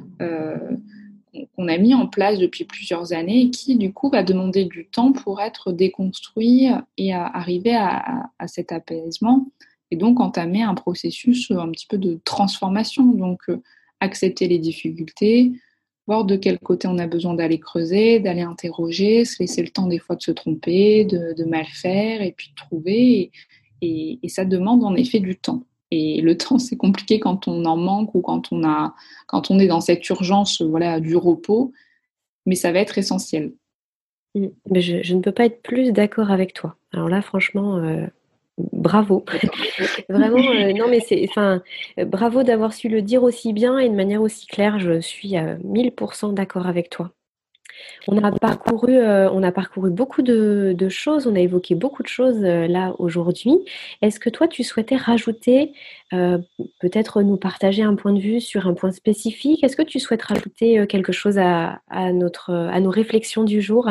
qu'on a mis en place depuis plusieurs années et qui du coup va demander du temps pour être déconstruit et arriver à cet apaisement et donc entamer un processus un petit peu de transformation. Donc accepter les difficultés, voir de quel côté on a besoin d'aller creuser, d'aller interroger, se laisser le temps des fois de se tromper, de mal faire et puis de trouver. Et ça demande en effet du temps. Et le temps, c'est compliqué quand on en manque ou quand on est dans cette urgence, voilà, du repos, mais ça va être essentiel. Mais je ne peux pas être plus d'accord avec toi. Alors là, franchement, bravo. Vraiment, non, mais enfin, bravo d'avoir su le dire aussi bien et de manière aussi claire. Je suis à 1000% d'accord avec toi. On a parcouru beaucoup de choses, on a évoqué beaucoup de choses là aujourd'hui. Est-ce que toi, tu souhaitais rajouter, peut-être nous partager un point de vue sur un point spécifique? Est-ce que tu souhaites rajouter quelque chose à nos réflexions du jour?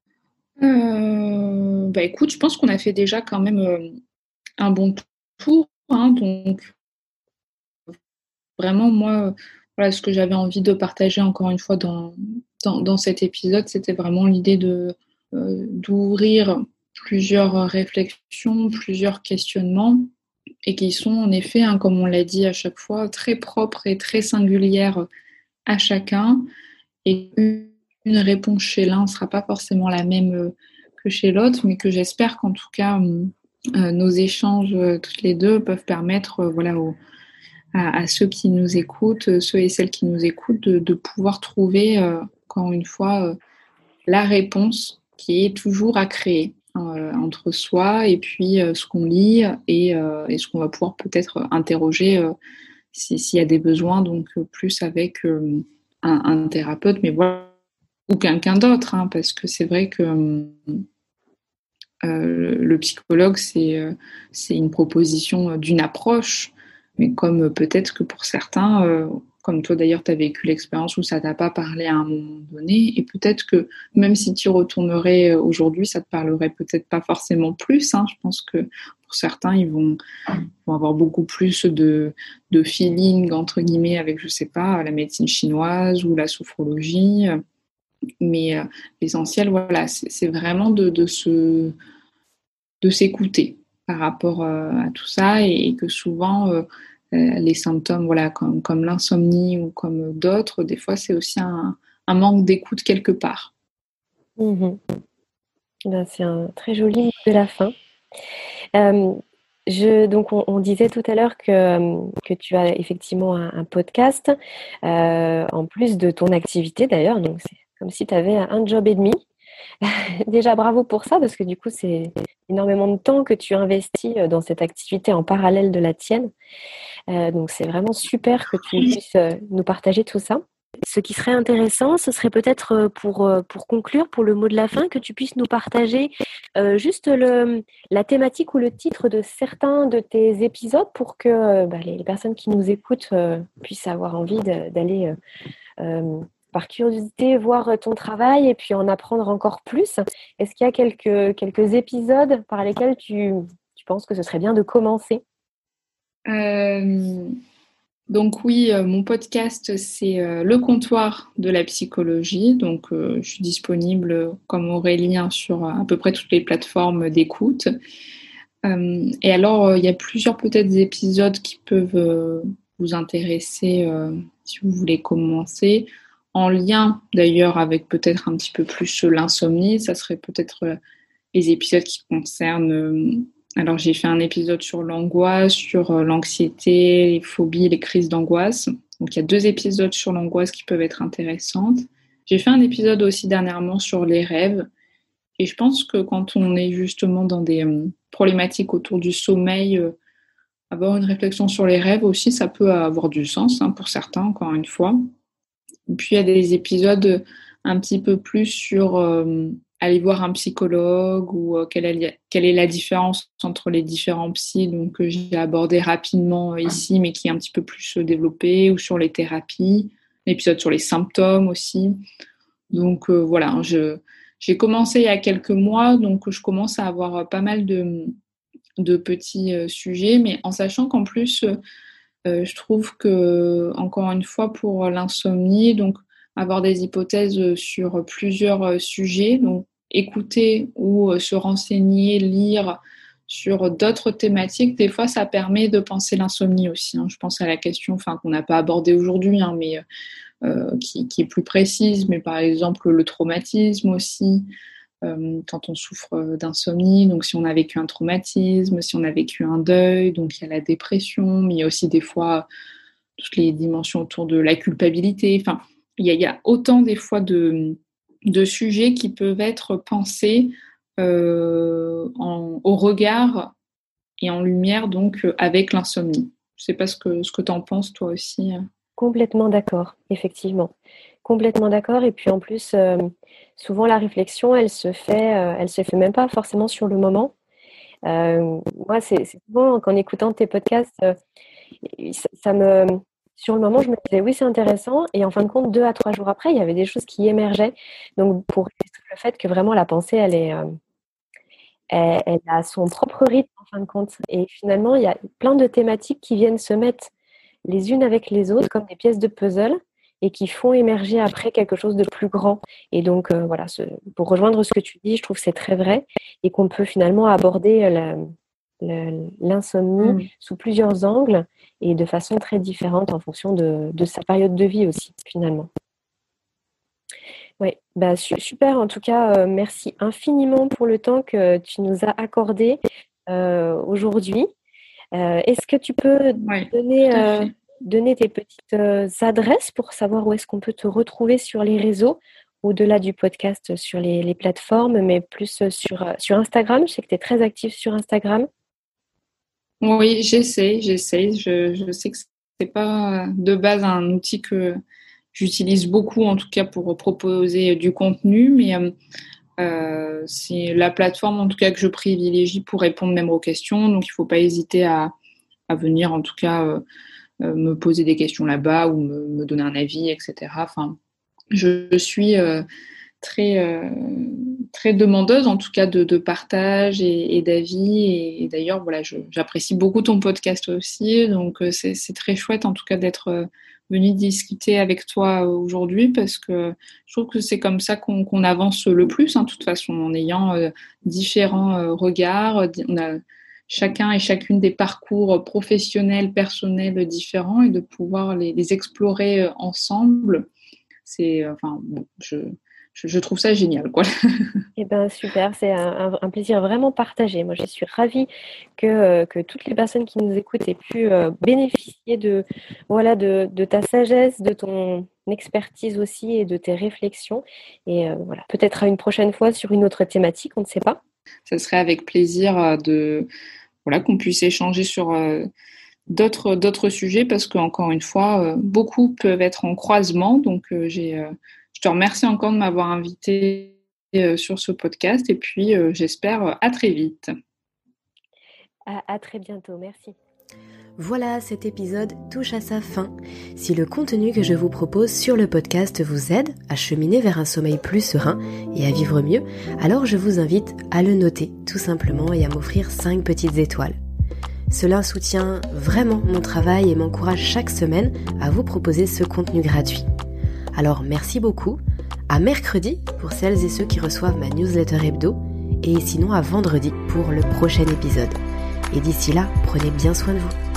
Bah écoute, je pense qu'on a fait déjà quand même un bon tour, hein, donc vraiment, moi, voilà, ce que j'avais envie de partager encore une fois dans cet épisode, c'était vraiment l'idée d'ouvrir plusieurs réflexions, plusieurs questionnements, et qui sont en effet, hein, comme on l'a dit à chaque fois, très propres et très singulières à chacun. Et une réponse chez l'un ne sera pas forcément la même que chez l'autre, mais que j'espère qu'en tout cas, nos échanges toutes les deux peuvent permettre voilà, à ceux qui nous écoutent, ceux et celles qui nous écoutent, de pouvoir trouver, encore une fois, la réponse qui est toujours à créer entre soi et puis ce qu'on lit et ce qu'on va pouvoir peut-être interroger s'il y a des besoins, donc plus avec un thérapeute, mais voilà, ou quelqu'un d'autre, hein, parce que c'est vrai que le psychologue, c'est une proposition d'une approche, mais comme peut-être que pour certains, comme toi d'ailleurs, tu as vécu l'expérience où ça t'a pas parlé à un moment donné, et peut-être que même si tu retournerais aujourd'hui, ça te parlerait peut-être pas forcément plus. Hein. Je pense que pour certains, ils vont avoir beaucoup plus de feeling, entre guillemets, avec, je sais pas, la médecine chinoise ou la sophrologie. Mais l'essentiel, voilà, c'est vraiment de s'écouter par rapport à tout ça et que souvent les symptômes, voilà, comme l'insomnie ou comme d'autres, des fois c'est aussi un manque d'écoute quelque part. Mhm. Ben, c'est un très joli mot de la fin. Euh, donc, on disait tout à l'heure que tu as effectivement un podcast, en plus de ton activité d'ailleurs. Donc, c'est comme si tu avais un job et demi. Déjà, bravo pour ça, parce que du coup, c'est énormément de temps que tu investis dans cette activité en parallèle de la tienne. Donc, c'est vraiment super que tu puisses nous partager tout ça. Ce qui serait intéressant, ce serait peut-être pour conclure, pour le mot de la fin, que tu puisses nous partager juste la thématique ou le titre de certains de tes épisodes pour que les personnes qui nous écoutent puissent avoir envie d'aller par curiosité voir ton travail et puis en apprendre encore plus. Est-ce qu'il y a quelques épisodes par lesquels tu penses que ce serait bien de commencer? Euh, donc oui, mon podcast, c'est Le Comptoir de la psychologie. Donc je suis disponible comme Aurélien sur à peu près toutes les plateformes d'écoute. Et alors, il y a plusieurs peut-être épisodes qui peuvent vous intéresser si vous voulez commencer. En lien d'ailleurs avec peut-être un petit peu plus l'insomnie, ça serait peut-être les épisodes qui concernent. Alors, j'ai fait un épisode sur l'angoisse, sur l'anxiété, les phobies, les crises d'angoisse. Donc, il y a 2 épisodes sur l'angoisse qui peuvent être intéressantes. J'ai fait un épisode aussi dernièrement sur les rêves. Et je pense que quand on est justement dans des problématiques autour du sommeil, avoir une réflexion sur les rêves aussi, ça peut avoir du sens hein, pour certains, encore une fois. Et puis il y a des épisodes un petit peu plus sur aller voir un psychologue ou quelle est la différence entre les différents psys, donc que j'ai abordé rapidement ici, mais qui est un petit peu plus développé, ou sur les thérapies, un épisode sur les symptômes aussi. Donc voilà, j'ai commencé il y a quelques mois, donc je commence à avoir pas mal de petits sujets, mais en sachant qu'en plus, je trouve que, encore une fois, pour l'insomnie, donc avoir des hypothèses sur plusieurs sujets, donc écouter ou se renseigner, lire sur d'autres thématiques, des fois ça permet de penser l'insomnie aussi. Hein. Je pense à la question enfin, qu'on n'a pas abordée aujourd'hui, hein, mais qui est plus précise, mais par exemple le traumatisme aussi, quand on souffre d'insomnie, donc si on a vécu un traumatisme, si on a vécu un deuil, donc il y a la dépression, mais il y a aussi des fois toutes les dimensions autour de la culpabilité. Enfin, il y a autant des fois de sujets qui peuvent être pensés au regard et en lumière donc avec l'insomnie. Je ne sais pas ce que tu en penses toi aussi. Complètement d'accord, effectivement. Complètement d'accord. Et puis en plus, souvent la réflexion, elle se fait même pas forcément sur le moment. Moi, c'est souvent qu'en écoutant tes podcasts, ça me, sur le moment, je me disais oui, c'est intéressant. Et en fin de compte, 2 à 3 jours après, il y avait des choses qui émergeaient. Donc, pour illustrer le fait que vraiment la pensée, elle a son propre rythme en fin de compte. Et finalement, il y a plein de thématiques qui viennent se mettre les unes avec les autres comme des pièces de puzzle et qui font émerger après quelque chose de plus grand. Et donc, voilà, pour rejoindre ce que tu dis, je trouve que c'est très vrai et qu'on peut finalement aborder l'insomnie Mm. sous plusieurs angles et de façon très différente en fonction de sa période de vie aussi, finalement. Oui, bah, super. En tout cas, merci infiniment pour le temps que tu nous as accordé aujourd'hui. Est-ce que tu peux Oui, donner, tout à fait. donner tes petites adresses pour savoir où est-ce qu'on peut te retrouver sur les réseaux au-delà du podcast sur les plateformes, mais plus sur Instagram. Je sais que tu es très active sur Instagram. Oui, j'essaie. Je sais que c'est pas de base un outil que j'utilise beaucoup, en tout cas pour proposer du contenu, mais c'est la plateforme en tout cas que je privilégie pour répondre même aux questions. Donc, il ne faut pas hésiter à venir en tout cas me poser des questions là-bas ou me donner un avis, etc. Enfin, je suis très demandeuse en tout cas de partage et d'avis. Et d'ailleurs, voilà, j'apprécie beaucoup ton podcast aussi. Donc, c'est très chouette en tout cas d'être venue discuter avec toi aujourd'hui parce que je trouve que c'est comme ça qu'on avance le plus, hein, de toute façon, en ayant différents regards. On a chacun et chacune des parcours professionnels, personnels différents et de pouvoir les explorer ensemble. C'est, enfin, bon, je trouve ça génial, quoi. Eh ben super, c'est un plaisir vraiment partagé. Moi, je suis ravie que toutes les personnes qui nous écoutent aient pu bénéficier voilà, de ta sagesse, de ton expertise aussi et de tes réflexions. Et voilà, peut-être à une prochaine fois sur une autre thématique, on ne sait pas. Ça serait avec plaisir voilà, qu'on puisse échanger sur d'autres sujets parce qu'encore une fois, beaucoup peuvent être en croisement. Donc, je te remercie encore de m'avoir invité sur ce podcast et puis j'espère à très vite. À très bientôt, merci. Voilà, cet épisode touche à sa fin. Si le contenu que je vous propose sur le podcast vous aide à cheminer vers un sommeil plus serein et à vivre mieux, alors je vous invite à le noter tout simplement et à m'offrir 5 petites étoiles. Cela soutient vraiment mon travail et m'encourage chaque semaine à vous proposer ce contenu gratuit. Alors merci beaucoup, à mercredi pour celles et ceux qui reçoivent ma newsletter hebdo et sinon à vendredi pour le prochain épisode. Et d'ici là, prenez bien soin de vous.